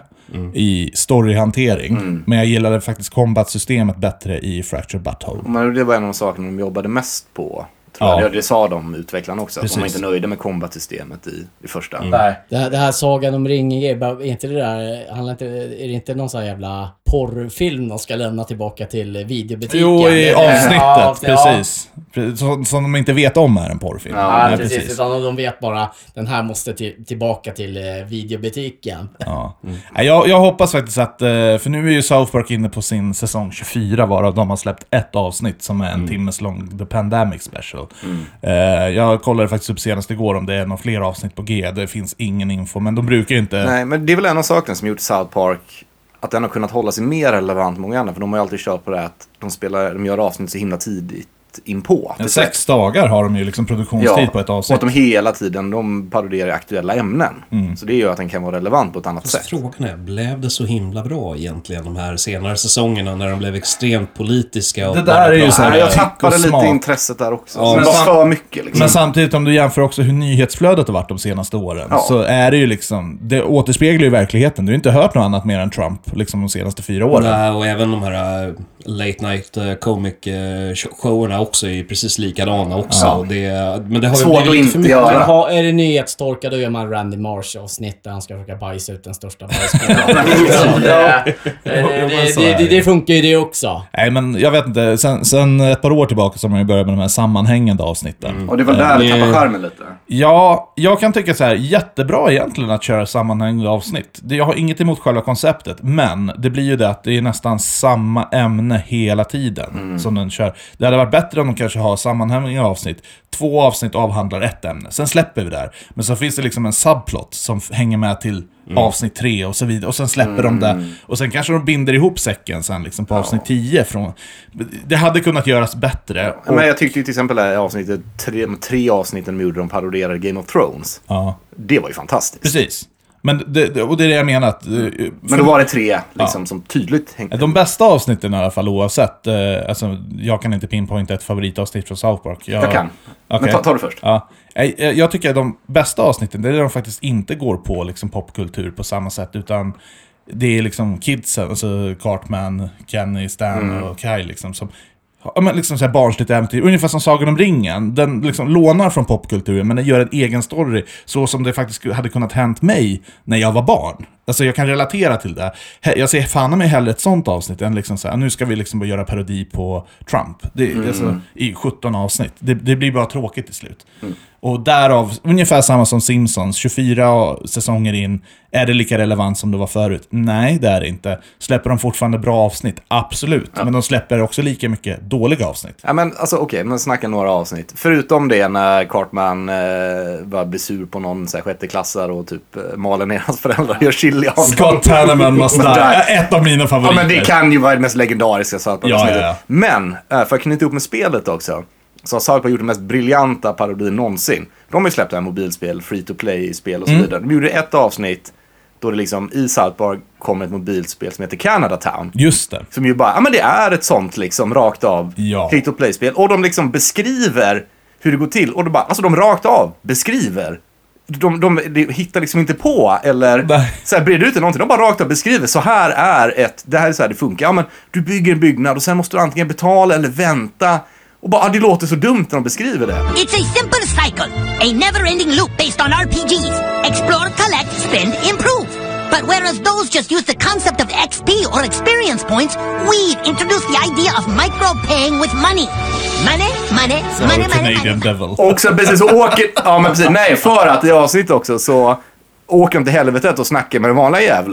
i storyhantering. Mm. Men jag gillade faktiskt combat-systemet bättre i Fractured Butthole. Men det var en av de sakerna de jobbade mest på. Tror Ja. jag. Det sa de utvecklarna också. Att Precis. de var inte nöjda med combat-systemet i, i första. det, här, det här Sagan om ringen, är inte det där, handlar inte, är det inte någon sån här jävla porrfilm de ska lämna tillbaka till videobutiken? Jo, i Det- avsnittet, ja, precis. Precis. Som, som de inte vet om är en porrfilm. Ja, Nej, precis. Utan de vet bara, den här måste till, tillbaka till eh, videobutiken. Ja. Nej, Jag, jag hoppas faktiskt att, eh, för nu är ju South Park inne på sin säsong tjugofyra, varav de har släppt ett avsnitt som är en Mm. timmes lång The Pandemic Special. Eh, Jag kollade faktiskt upp senast igår om det är några fler avsnitt på G. Det finns ingen info, men de brukar ju inte... Nej, men det är väl en av sakerna som gjort South Park att den har kunnat hålla sig mer relevant än många andra. För de har ju alltid kört på det att de, spelar, de gör avsnitt så himla tidigt inpå. En sex dagar har de ju liksom produktionstid Ja, på ett och avsnitt. att de hela tiden de paroderar aktuella ämnen. Mm. Så det gör att den kan vara relevant på ett annat Fast sätt. frågan är, blev det så himla bra egentligen de här senare säsongerna när de blev extremt politiska? Och Det där är ju så här- Nej, jag tyck och tappade lite smak. intresset där också. Ja, Så det men var sam- för mycket liksom. Men samtidigt, om du jämför också hur nyhetsflödet har varit de senaste åren, Ja. så är det ju liksom, det återspeglar ju verkligheten. Du har inte hört något annat mer än Trump liksom de senaste fyra åren. Nej, och även de här uh, late night uh, comic uh, showerna också är precis likadana också. Ja. Och det, men det har ju Svårt blivit att lite inte för mycket. göra. Jaha, är det nyhetstorka, då gör man Randy Marsh-avsnitt där han ska försöka bajsa ut den största bajskorven. det, det, det, det, det funkar ju det också. Nej, men jag vet inte. Sen, sen ett par år tillbaka så har man ju börjat med de här sammanhängande avsnitten. Och det var där det Eh, tappade skärmen lite. Ja, jag kan tycka så här, jättebra egentligen att köra sammanhängande avsnitt. Det- Jag har inget emot själva konceptet, men det blir ju det att det är nästan samma ämne hela tiden som den kör. Det hade varit bättre om de kanske har sammanhängande avsnitt. Två avsnitt avhandlar ett ämne, sen släpper vi det här. Men så finns det liksom en subplot som f- hänger med till avsnitt tre och så vidare. Och sen släpper de det. Och sen kanske de binder ihop säcken sen liksom på avsnitt tio. Från... Det hade kunnat göras bättre. Och... Men jag tyckte ju till exempel det här avsnittet, tre, tre avsnitten de gjorde, de paroderade Game of Thrones. Ja, Det var ju fantastiskt. precis. Men det, det- och det är det jag menar. Att, eh, Men då var det tre liksom, Ja. som tydligt hängde. De bästa avsnitten i alla fall, oavsett. Eh, alltså, jag kan inte pinpointa ett favoritavsnitt från South Park. Jag kan. Okej. Men ta, ta det först. Ja. Jag, jag jag tycker att de bästa avsnitten, det är där de faktiskt inte går på liksom, popkultur på samma sätt, utan det är liksom kidsen, alltså Cartman, Kenny, Stan Mm. och Kai liksom, som ja, men liksom så här barnsligt äventyr, ungefär som Sagan om ringen. Den liksom lånar från popkulturen, men den gör en egen story, så som det faktiskt hade kunnat hänt mig när jag var barn. Alltså jag kan relatera till det. He- Jag ser fan mig hellre ett sånt avsnitt än liksom så här, nu ska vi liksom bara göra parodi på Trump. Det, Mm. alltså, i sjutton avsnitt. Det, det blir bara tråkigt till slut. Och därav, ungefär samma som Simpsons, tjugofyra säsonger in, är det lika relevant som det var förut? Nej, det är det inte. Släpper de fortfarande bra avsnitt? Absolut. Men de släpper också lika mycket dåliga avsnitt. Ja, men alltså okej, men snacka några avsnitt. Förutom det när Cartman eh, bara blir sur på någon så här, sjätteklassare och typ eh, maler ner hans föräldrar och gör chili av Scott Hanneman måste Men där- ett av mina Ja, favoriter. men det kan ju vara det mest legendariska South Park. Ja, ja, ja. Men, eh, för att knyta ihop med spelet också, så har South Park gjort den mest briljanta parodin någonsin. De har ju släppt det här mobilspel, free-to-play-spel och så Mm. vidare. De gjorde ett avsnitt då det liksom i South Park kommer ett mobilspel som heter Canada Town. Just det. Som ju bara, ja men det är ett sånt liksom rakt av Ja. free-to-play-spel. Och de liksom beskriver hur det går till. Och de bara, alltså de rakt av beskriver. De, de, de hittar liksom inte på eller Nej. så här breder ut någonting. De bara rakt av beskriver. Så här är ett, det här är så här det funkar. Ja men du bygger en byggnad och sen måste du antingen betala eller vänta. Och bara, ja, det låter så dumt när de beskriver det. It's a simple cycle, a never-ending loop based on R P Gs. Explore, collect, spend, improve. But whereas those just use the concept of X P or experience points, we've introduced the idea of micro-paying with money. Money, money, Så money, money, Canadian money. Devil. Och så precis så åker, ja men precis, nej för att i avsnitt också så åker de till helvetet och snackar med den vanliga djävulen. Ja.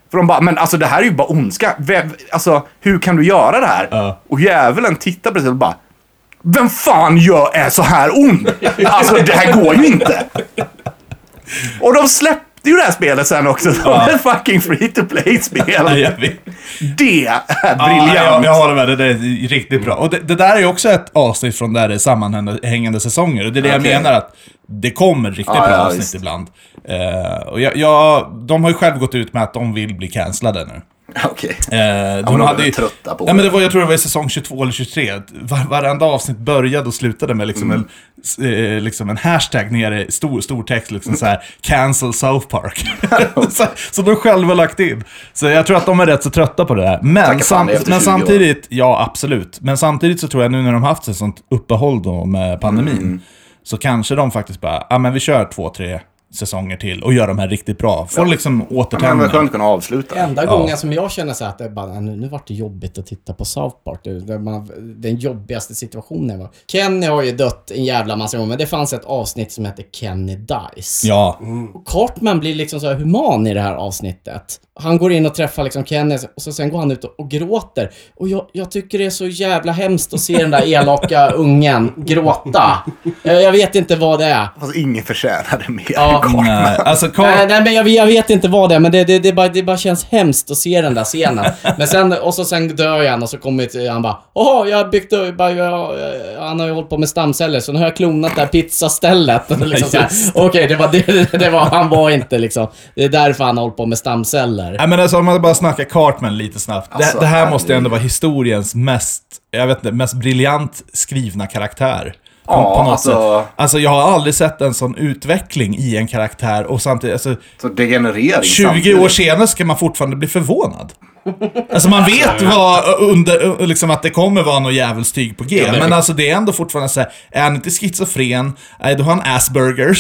För de bara, men alltså det här är ju bara ondska. Vem, alltså, hur kan du göra det här? Uh. Och djävulen tittar på det och bara, vem fan gör är så här ond? Alltså det här går ju inte. Och de släppte ju det här spelet sen också. Det var ett fucking free-to-play-spel. Det är briljant. Ja, jag, jag håller med, det, det är riktigt bra. Och det, det där är ju också ett avsnitt från där det är sammanhängande säsonger. Och det är det okay. jag menar, att det kommer riktigt ja, bra ja, avsnitt visst. ibland. Uh, och jag, jag, de har ju själv gått ut med att de vill bli cancellade nu. Okej. Okay. Eh, de ja, hade ju trötta på ja, men det var, jag tror det var i säsong tjugotvå eller tjugotre. Var, varenda avsnitt började och slutade med liksom, mm. en, eh, liksom en hashtag nere, stor, stor text, liksom så här, cancel South Park. så, så de själva lagt in. Så jag tror att de är rätt så trötta på det där. Men, sam, men samtidigt, ja absolut. Men samtidigt så tror jag nu när de haft ett sånt uppehåll då med pandemin, mm. så kanske de faktiskt bara, ja men vi kör två, tre säsonger till och gör de här riktigt bra. Får ja. liksom återtändning. Men man skönt kunna avsluta. Enda ja. gången som jag känner så att det bara, nu, nu var det jobbigt att titta på South Park. Det man, den jobbigaste situationen var. Kenny har ju dött en jävla massa gånger, men det fanns ett avsnitt som heter Kenny Dies. Ja. Mm. Och Cartman blir liksom så här human i det här avsnittet. Han går in och träffar liksom Kenny och så sen går han ut och, och gråter. Och jag, jag tycker det är så jävla hemskt att se den där elaka ungen gråta. Jag, jag vet inte vad det är. Fast ingen förtjänar det mer. Ja. Nej, alltså, Carl... nej, nej, men jag, jag vet inte vad det är, men det, det, det, bara, det bara känns hemskt att se den där scenen. Men sen, och så sen dör han och så kommer han bara, åh, jag har byggt upp, bara, jag, han har ju hållit på med stamceller, så nu har jag klonat det här pizzastället. Liksom okej, okay, det var det, det var, han var inte liksom, det är därför han har hållit på med stamceller. Nej, men alltså, om man bara snackar Cartman lite snabbt. Alltså, det, det här måste ändå vara historiens mest, jag vet inte, mest briljant skrivna karaktär. På, ja, på något alltså... sätt. Alltså jag har aldrig sett en sån utveckling i en karaktär och samtidigt, alltså, så degenerering tjugo samtidigt. år senare ska man fortfarande bli förvånad. Alltså man vet vad under, liksom att det kommer vara något jävelstyg på G. Ja, men, men alltså det är ändå fortfarande så här, är han inte schizofren? Nej, då har han Aspergers.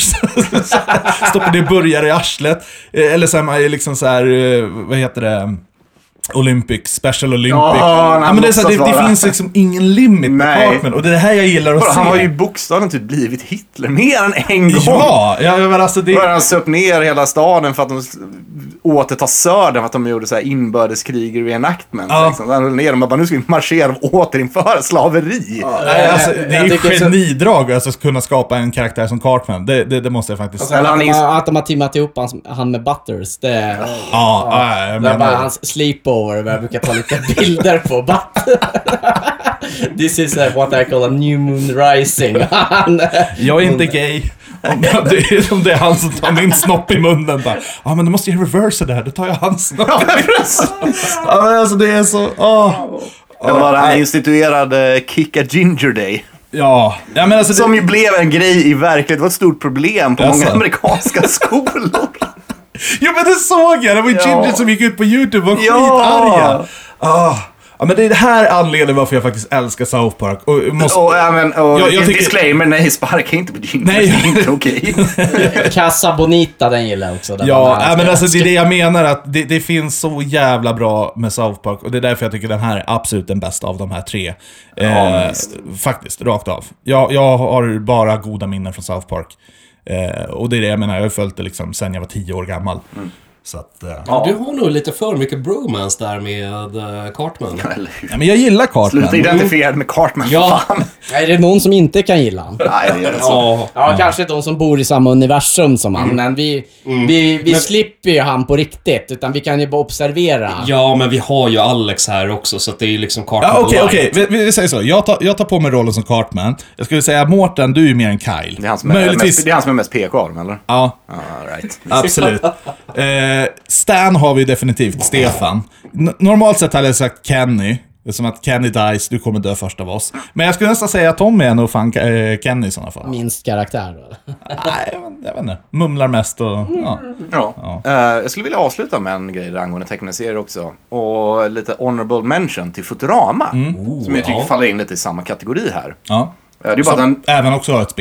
Stoppar det burgare i arslet. Eller så är man liksom så här, vad heter det? Olympic, Special Olympic. Ja, ja, men det, är så, det, det finns liksom ingen limit på Cartman. Och det är det här jag gillar att han se. Han har ju bokstavligen typ blivit Hitler mer än en gång. Ja, ja men alltså det... Började han söp ner hela staden för att de återta södern, för att de gjorde så här inbördeskrig reenactment. Ja. Liksom. Han höll ner dem och bara, nu ska vi marschera och återinföra slaveri. Ja, nej, alltså, det är ju genidrag alltså, att kunna skapa en karaktär som Cartman. Det, det, det måste jag faktiskt säga. Alltså, att, att de har teamat ihop han, han med Butters. Det, ja, ja, ja, det var bara hans sleepover. Jag brukar ta lite bilder på Butters. This is uh, what I call a new moon rising. Jag är inte gay. Om det, är, om det är han som tar min snopp i munnen där. Ja, men då måste jag reversa det här. Då tar jag hans snopp. Ja, men alltså det är så... Oh. Det var det här instituerade Kick a Ginger Day. Ja. Ja men alltså som det... ju blev en grej i verkligheten. Det var ett stort problem på alltså. många amerikanska skolor. Jo, men det såg jag. Det var ju ja. Ginger som gick ut på YouTube och var ja. skitarga. Ah. Ja, men det är det här anledningen varför jag faktiskt älskar South Park. Och måste... och, ja, men, och jag, jag tycker... disclaimer, nej, sparka inte på Ginger. Nej. Det är inte okej. Casa Bonita, den gillar jag också. Den ja, ja men alltså det är det jag menar, att det, det finns så jävla bra med South Park. Och det är därför jag tycker den här är absolut den bästa av de här tre. Ja, eh, faktiskt, rakt av. Jag, jag har bara goda minnen från South Park. Eh, och det är det jag menar, jag har följt det liksom sen jag var tio år gammal. Mm. Så att, uh, ja. Du har nog lite för mycket bromance där med uh, Cartman. Ja, men jag gillar Cartman. Sluta identifierad med Cartman. Ja. Är det någon som inte kan gilla han? Nej, det är det så. Ja, ja, kanske de som bor i samma universum som han. Mm. Men vi, mm. vi, vi men... slipper ju han på riktigt. Utan vi kan ju bara observera. Ja, men vi har ju Alex här också. Så att det är ju liksom Cartman. Ja, okej, okay, okej. Okay. Vi, vi säger så. Jag tar, jag tar på mig rollen som Cartman. Jag skulle säga, Mårten, du är ju mer en Kyle. Det är han som är, Möjligtvis... mest, det är, han som är mest P K av dem, eller? Ja. All right. Absolut. eh, Stan har vi definitivt, Stefan. N- normalt sett hade jag sagt Kenny. Det är som att Kenny dies, du kommer dö först av oss. Men jag skulle nästan säga att Tommy är nog fan äh, Kenny i sådana fall. Minst karaktär då? Nej, jag vet inte. Mumlar mest och... Ja. ja. ja. Uh, jag skulle vilja avsluta med en grej angående tecknade serier också. Och lite honorable mention till Futurama. Mm. Som jag tycker ja. faller in lite i samma kategori här. Ja. Uh, det är bara som den... även också har ett spel.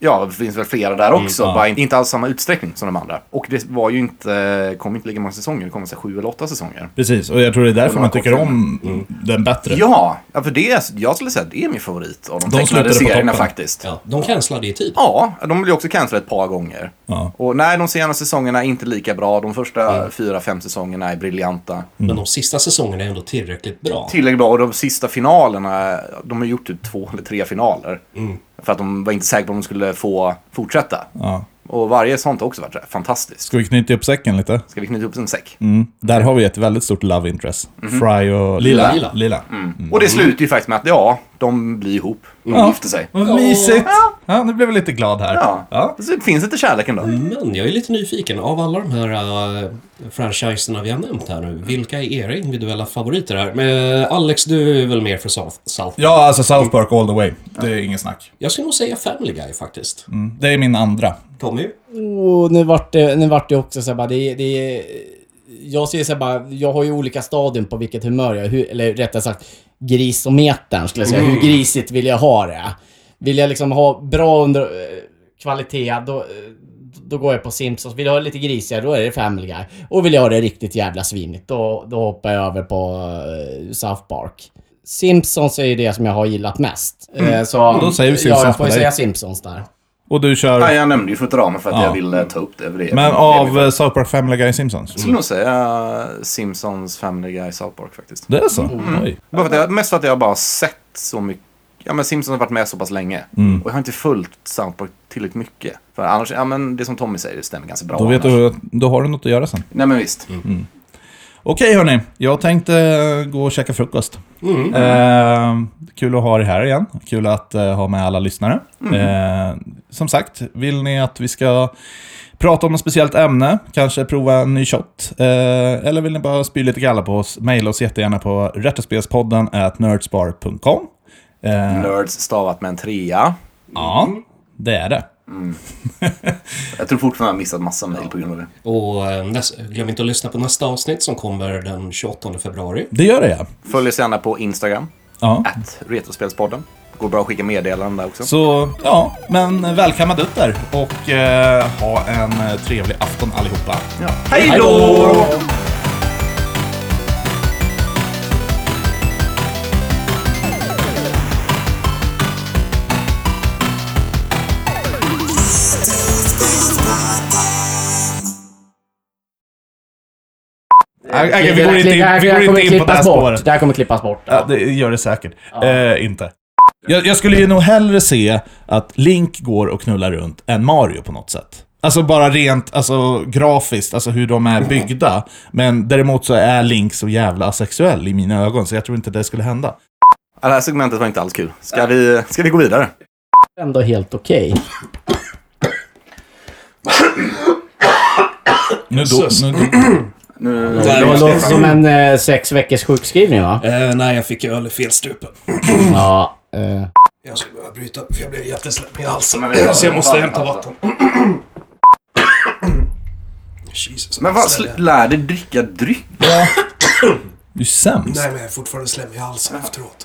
Ja, det finns väl flera där också. Mm, ja. Bara inte alls samma utsträckning som de andra. Och det var ju inte, kom inte lika många säsonger. Det kom så sju eller åtta säsonger. Precis, och jag tror det är därför De man har tycker kort om film. den bättre. Ja, ja, för det, jag skulle säga att det är min favorit av de, De tecknade slutade på serierna toppen. faktiskt. Ja, de cancellade i tid. Ja, de blev också cancellade ett par gånger. Ja. Och nej, de senaste säsongerna är inte lika bra. De första mm. fyra, fem säsongerna är briljanta. Mm. Men de sista säsongerna är ändå tillräckligt bra. Tillräckligt bra. Och de sista finalerna, de har gjort typ två eller tre finaler. Mm. För att de var inte säkra på om de skulle få fortsätta. Ja. Och varje sånt har också varit fantastiskt. Ska vi knyta upp säcken lite? Ska vi knyta upp en säck? Mm. Där har vi ett väldigt stort love interest. Mm-hmm. Fry och Lila. Lila. Lila. Mm. Mm. Och det slutar ju faktiskt med att ja, de blir ihop. De ja. gifter sig. Vad mysigt. Ja. Ja, nu blev jag lite glad här. Ja. Ja. Så det finns lite kärlek ändå. Men jag är lite nyfiken. Av alla de här uh, franchiserna vi har nämnt här nu, vilka är era individuella favoriter här? Men Alex, du är väl mer för South, South Ja, alltså South Park all the way. Det är ingen snack. Jag skulle nog säga Family Guy faktiskt. Mm. Det är min andra. Tommy? Oh, nu vart det, nu vart det också så här, bara, det, det jag ser så här, bara, jag har ju olika stadium på vilket humör jag, hur, eller rättare sagt grisometern skulle jag säga, mm. hur grisigt vill jag ha det? Vill jag liksom ha bra under kvalitet, då, då går jag på Simpsons. Vill jag ha lite grisigare, då är det Family Guy. Och vill jag ha det riktigt jävla svinigt, då, då hoppar jag över på uh, South Park. Simpsons är ju det som jag har gillat mest. Mm. Uh, så då säger vi Simpsons. Ja, jag får ju säga Simpsons där. Och du kör... Ja, jag nämnde ju Futurama för att ja. jag ville ta upp det. det Men det av det South Park, Family Guy, Simpsons? Jag skulle nog säga Simpsons, Family Guy, South Park faktiskt. Det är så? Mm. Oj. Bara för att jag, mest för att jag bara sett så mycket. Ja, men Simpsons har varit med så pass länge. Mm. Och jag har inte följt South Park tillräckligt mycket. För annars, ja men det som Tommy säger, det stämmer ganska bra. Då vet annars. du, då har du något att göra sen. Nej men visst. Mm. Mm. Okej hörni, jag tänkte gå och käka frukost. Mm. Eh, kul att ha er här igen. Kul att eh, ha med alla lyssnare. Mm. Eh, som sagt, vill ni att vi ska prata om ett speciellt ämne, kanske prova en ny shot, eh, eller vill ni bara spy lite galla på oss, mejla oss jättegärna på retrospelspodden at nerdspar punkt com. Eh, Nerds stavat med en trea. Ja, det är det. Mm. Jag tror fortfarande jag har missat massa mejl på grund av det. Och näst, glöm inte att lyssna på nästa avsnitt som kommer den tjugoåttonde februari. Det gör det, ja. Följ oss gärna på Instagram. Ja. At Retrospelspodden. Går bra att skicka meddelanden där också. Så, ja, men välkomna ut där. Och eh, ha en trevlig afton allihopa. Ja. Hej då! Okay, vi går inte in, vi går inte in på det här spåret. Det här kommer klippas bort. Ja. Ja, det gör det säkert. Ja. Eh, inte. Jag, jag skulle ju nog hellre se att Link går och knullar runt än Mario på något sätt. Alltså bara rent alltså, grafiskt, alltså hur de är byggda. Men däremot så är Link så jävla asexuell i mina ögon, så jag tror inte det skulle hända. Det här segmentet var inte alls kul. Ska vi, ska vi gå vidare? Ändå helt okej. Okay. Nu då... Nu då. Nu, det det låter som en eh, sex veckors sjukskrivning, va? Eh, nej, jag fick öl i fel strupen. Ja. Eh. Jag skulle behöva bryta, för jag blev jättesläpp i halsen. Så jag måste hämta vatten. Jesus, men vad, sl- lär dig dricka dryck? Ja. Du är sämst. Nej, men jag är fortfarande slem i halsen efteråt.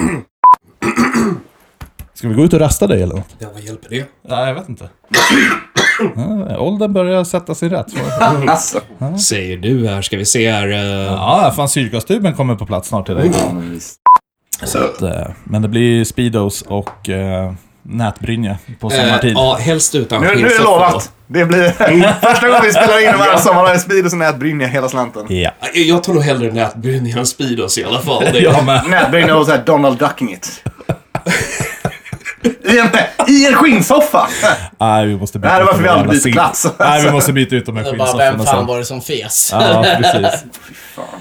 Ska vi gå ut och rasta dig eller något? Ja, vad hjälper det? Nej, jag vet inte. Ja, åldern börjar sätta sig rätt. Alltså. Ja. Säger du här, ska vi se här. Uh... Ja, fan syrgastuben kommer på plats snart till dig. Mm. Så att, uh, men det blir speedos och uh, nätbrynja på samma uh, tid. Ja, helst utan nu, nu är det lovat. Det blir första gången vi spelar in varje sommar har speedos och nätbrynja hela slanten. Ja. Jag tar nog hellre nätbrynja än speedos i alla fall. Det ja, men... Nätbrynja och så här Donald Ducking it. I en, I en skinnsoffa. Nej, vi måste byta. Det här är varför vi aldrig byter plats. Nej, vi måste byta ut de här skinnsofforna. Vem fan var det som fes? Ja, precis. Fy fan.